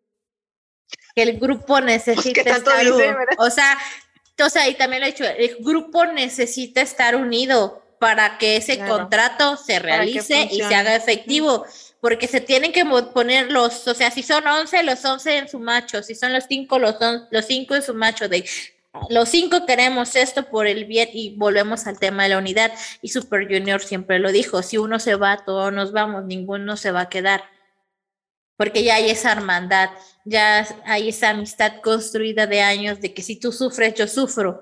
que el grupo necesita pues estar unido. O sea, y también lo ha dicho, el grupo necesita estar unido para que ese contrato se realice y se haga efectivo. Porque se tienen que poner o sea, si son 11, los 11 en su macho, si son los 5, los 5 en su macho, los 5 queremos esto por el bien, y volvemos al tema de la unidad, y Super Junior siempre lo dijo, si uno se va, todos nos vamos, ninguno se va a quedar, porque ya hay esa hermandad, ya hay esa amistad construida de años, de que si tú sufres, yo sufro,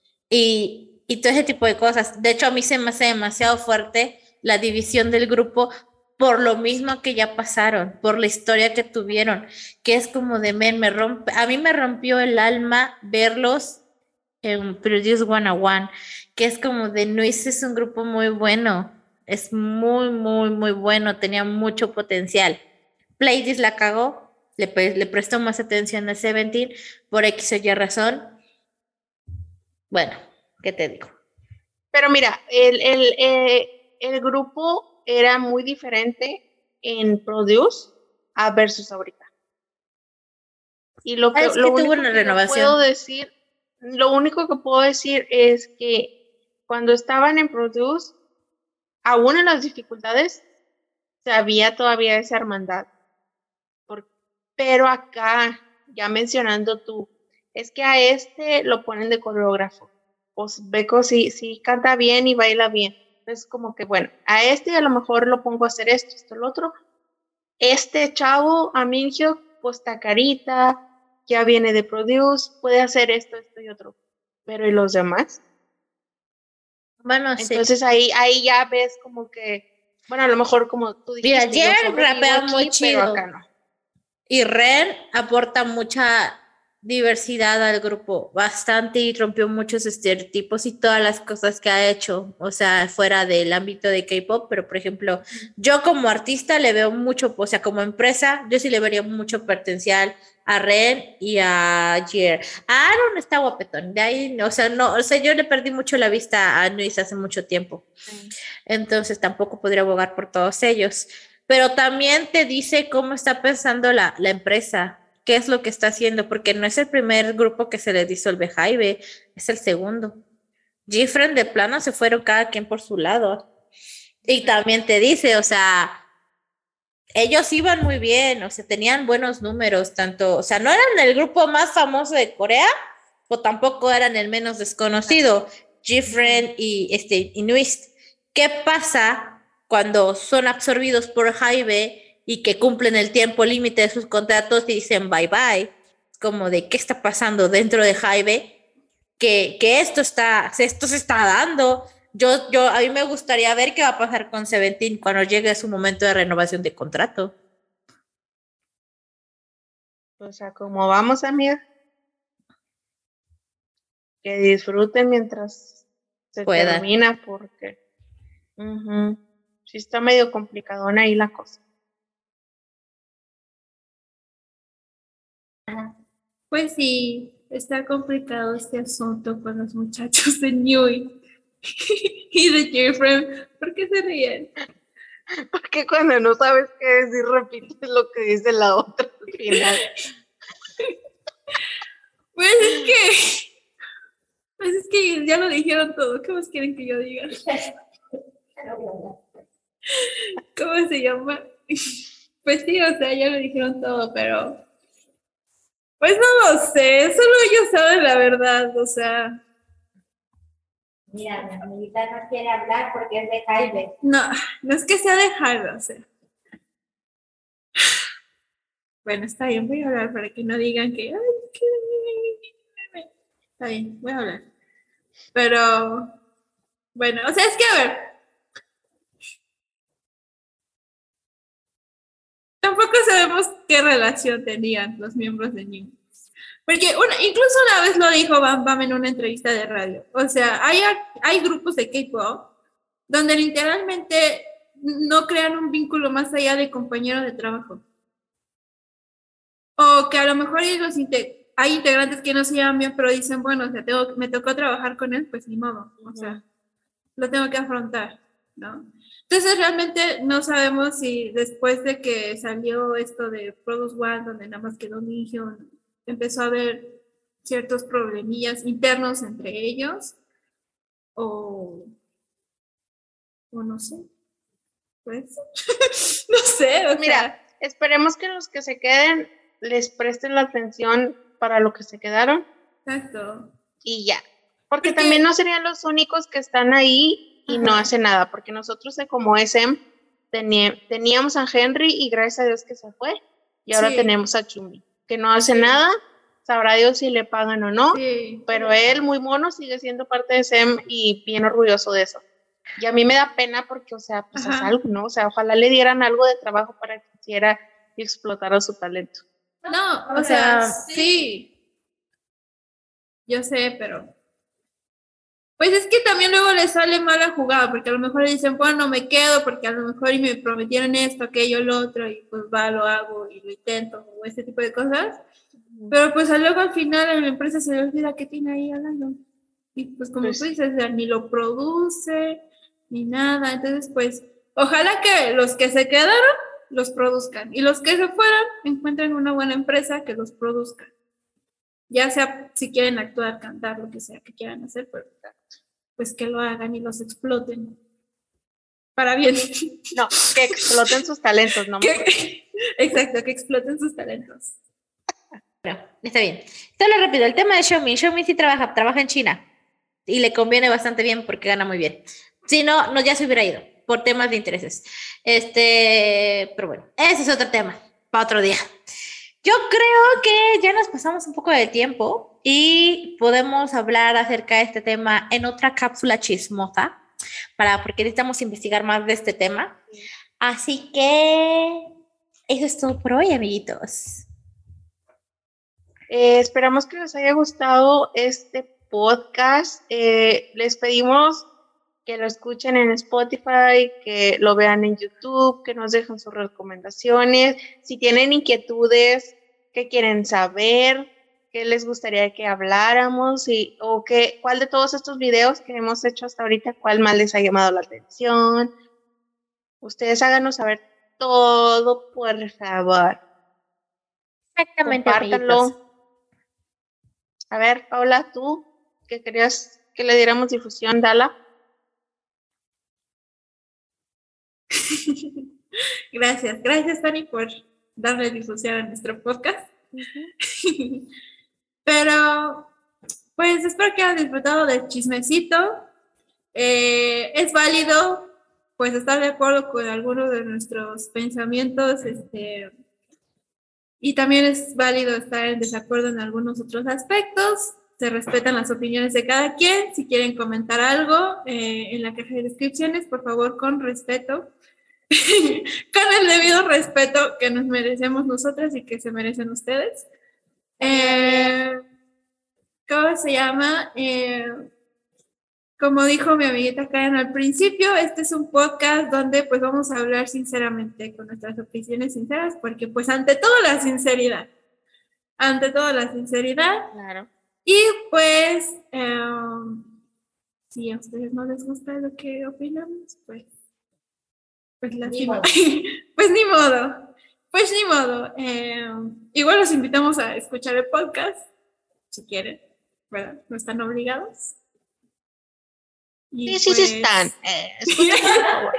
y todo ese tipo de cosas. De hecho, a mí se me hace demasiado fuerte la división del grupo, por lo mismo que ya pasaron, por la historia que tuvieron, que es como de a mí me rompió el alma verlos en Produce 101, que es como de Nuis es un grupo muy bueno, es muy, muy, muy bueno, tenía mucho potencial. Pleiades la cagó, le prestó más atención a Seventeen por X o Y razón. Bueno, ¿qué te digo? Pero mira, el grupo era muy diferente en Produce a versus ahorita. Y lo único que puedo decir es que cuando estaban en Produce, aún en las dificultades, se había todavía esa hermandad. Pero acá, ya mencionando tú, es que a lo ponen de coreógrafo. Pues Beko sí canta bien y baila bien. Es como que, bueno, a a lo mejor lo pongo a hacer esto, lo otro. Chavo, a Minhyuk, pues Takarita, ya viene de Produce, puede hacer esto y otro. Pero ¿y los demás? Bueno, entonces ahí ya ves como que, bueno, a lo mejor como tú dijiste. Mira, Jen rapea muy chido. pero acá no. Y Ren aporta mucha diversidad al grupo bastante y rompió muchos estereotipos y todas las cosas que ha hecho, o sea, fuera del ámbito de K-pop, pero por ejemplo, yo como artista le veo mucho, o sea, como empresa, yo sí le vería mucho potencial a Ren y a Jer. A Aaron está guapetón, de ahí, o sea, no, o sea, yo le perdí mucho la vista a Nuis hace mucho tiempo, entonces tampoco podría abogar por todos ellos, pero también te dice cómo está pensando la empresa, qué es lo que está haciendo, porque no es el primer grupo que se le disuelve Hybe, es el segundo. Gfriend de plano se fueron cada quien por su lado. Y también te dice, o sea, ellos iban muy bien, o sea, tenían buenos números, tanto, o sea, no eran el grupo más famoso de Corea, o tampoco eran el menos desconocido, Gfriend y NU'EST. ¿Qué pasa cuando son absorbidos por Hybe y que cumplen el tiempo límite de sus contratos y dicen bye bye? Como de qué está pasando dentro de Hybe, que esto se está dando. A mí me gustaría ver qué va a pasar con Seventeen cuando llegue su momento de renovación de contrato. O sea, como vamos, amiga. Que disfruten mientras se termina, porque sí está medio complicadona ahí la cosa. Pues sí, está complicado este asunto con los muchachos de Nui y de Jeffrey. ¿Por qué se ríen? Porque cuando no sabes qué decir, repites lo que dice la otra al final. Pues es que ya lo dijeron todo. ¿Qué más quieren que yo diga? ¿Cómo se llama? Pues sí, o sea, ya lo dijeron todo, pero pues no lo sé, solo ellos saben la verdad, o sea. Mira, mi amiguita no quiere hablar porque es de Hybe. No es que sea de Hybe, o sea. Bueno, está bien, voy a hablar para que no digan que... Está bien, voy a hablar. Pero, bueno, o sea, es que a ver. Tampoco sabemos qué relación tenían los miembros de New. Porque incluso una vez lo dijo Bam Bam en una entrevista de radio. O sea, hay grupos de K-pop donde literalmente no crean un vínculo más allá de compañero de trabajo. O que a lo mejor hay integrantes que no se llevan bien, pero dicen, bueno, o sea, me tocó trabajar con él, pues ni modo. O sea, lo tengo que afrontar, ¿no? Entonces realmente no sabemos si después de que salió esto de Produce One, donde nada más quedó Minhyun, empezó a haber ciertos problemillas internos entre ellos, o no sé, pues, no sé. Mira, esperemos que los que se queden les presten la atención para lo que se quedaron. Exacto. Y ya, porque también no serían los únicos que están ahí y no hacen nada, porque nosotros como SM teníamos a Henry y gracias a Dios que se fue, y ahora tenemos a Chumi, que no hace nada, sabrá Dios si le pagan o no, pero él muy mono sigue siendo parte de SM y bien orgulloso de eso. Y a mí me da pena porque, o sea, pues es algo, ¿no? O sea, ojalá le dieran algo de trabajo para que hiciera y explotara su talento. No, o sea, sí. Yo sé, pero pues es que también luego le sale mala jugada, porque a lo mejor le dicen, bueno, me quedo, porque a lo mejor me prometieron esto, aquello, lo otro, y pues va, lo hago y lo intento, o ese tipo de cosas. Pero pues luego al final en la empresa se le olvida que tiene ahí al año. Y pues como tú dices, o sea, ni lo produce, ni nada. Entonces, pues, ojalá que los que se quedaron los produzcan. Y los que se fueran encuentren una buena empresa que los produzca. Ya sea si quieren actuar, cantar, lo que sea que quieran hacer, pero pues que lo hagan y los exploten. Para bien. No, que exploten sus talentos, ¿no? Exacto, que exploten sus talentos. Bueno, está bien. Solo rápido, el tema de Xiaomi. Xiaomi sí trabaja en China y le conviene bastante bien porque gana muy bien. Si no, ya se hubiera ido por temas de intereses. Pero bueno, ese es otro tema para otro día. Yo creo que ya nos pasamos un poco de tiempo y podemos hablar acerca de este tema en otra cápsula chismosa, porque necesitamos investigar más de este tema. Así que eso es todo por hoy, amiguitos. Esperamos que les haya gustado este podcast. Les pedimos que lo escuchen en Spotify, que lo vean en YouTube, que nos dejen sus recomendaciones. Si tienen inquietudes, qué quieren saber, qué les gustaría que habláramos cuál de todos estos videos que hemos hecho hasta ahorita, cuál más les ha llamado la atención. Ustedes háganos saber todo, por favor. Exactamente, amiguitos. Compártanlo. A ver, Paula, tú, que querías que le diéramos difusión, dala. Gracias, Fanny, por darle difusión a nuestro podcast. Pero, pues espero que hayan disfrutado del chismecito. Es válido, pues, estar de acuerdo con algunos de nuestros pensamientos, y también es válido estar en desacuerdo en algunos otros aspectos. Se respetan las opiniones de cada quien. Si quieren comentar algo en la caja de descripciones, por favor, con respeto. Con el debido respeto que nos merecemos nosotras y que se merecen ustedes. ¿Cómo se llama? Como dijo mi amiguita Karen al principio, este es un podcast donde pues vamos a hablar sinceramente, con nuestras opiniones sinceras, porque pues ante todo la sinceridad. Claro. Y pues, si a ustedes no les gusta lo que opinamos, pues lástima. Pues ni modo. Igual los invitamos a escuchar el podcast, si quieren, ¿verdad? No están obligados. Y Sí están. Escúchenlo, por favor.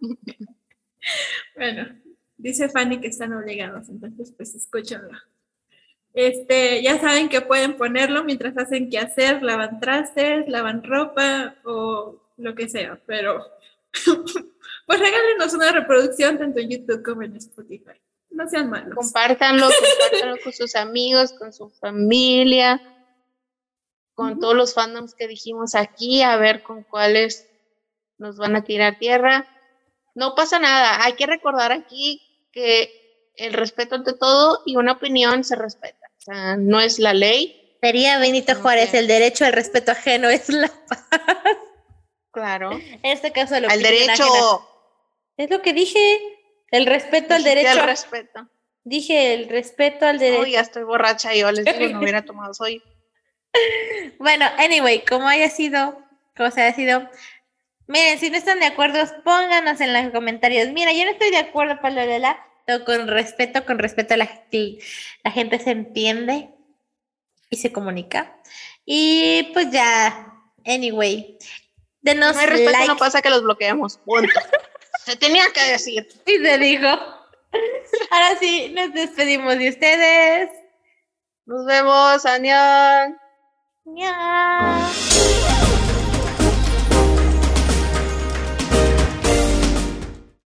Bueno, dice Fanny que están obligados, entonces pues escúchenlo. Ya saben que pueden ponerlo mientras hacen quehacer, lavan trastes, lavan ropa o lo que sea, pero pues regálenos una reproducción tanto en YouTube como en Spotify. No sean malos. Compártanlo con sus amigos, con su familia, con todos los fandoms que dijimos aquí, a ver con cuáles nos van a tirar tierra. No pasa nada, hay que recordar aquí que el respeto ante todo y una opinión se respeta. O sea, no es la ley. Sería Benito Juárez, el derecho al respeto ajeno es la paz. Claro. En este caso, la al opinión derecho. ajena. Es lo que dije, el respeto al derecho. El respeto. Dije el respeto al derecho. Ya estoy borracha, yo les digo, no hubiera tomado hoy. Bueno, anyway, como se haya sido, miren, si no están de acuerdo, pónganos en los comentarios. Mira, yo no estoy de acuerdo, pero con respeto la gente se entiende y se comunica. Y pues ya, anyway, denos no hay respeto, like. No pasa que los bloqueemos, punto. Se tenía que decir. Y se dijo. Ahora sí, nos despedimos de ustedes. Nos vemos, ¡Añón! ¡Añón!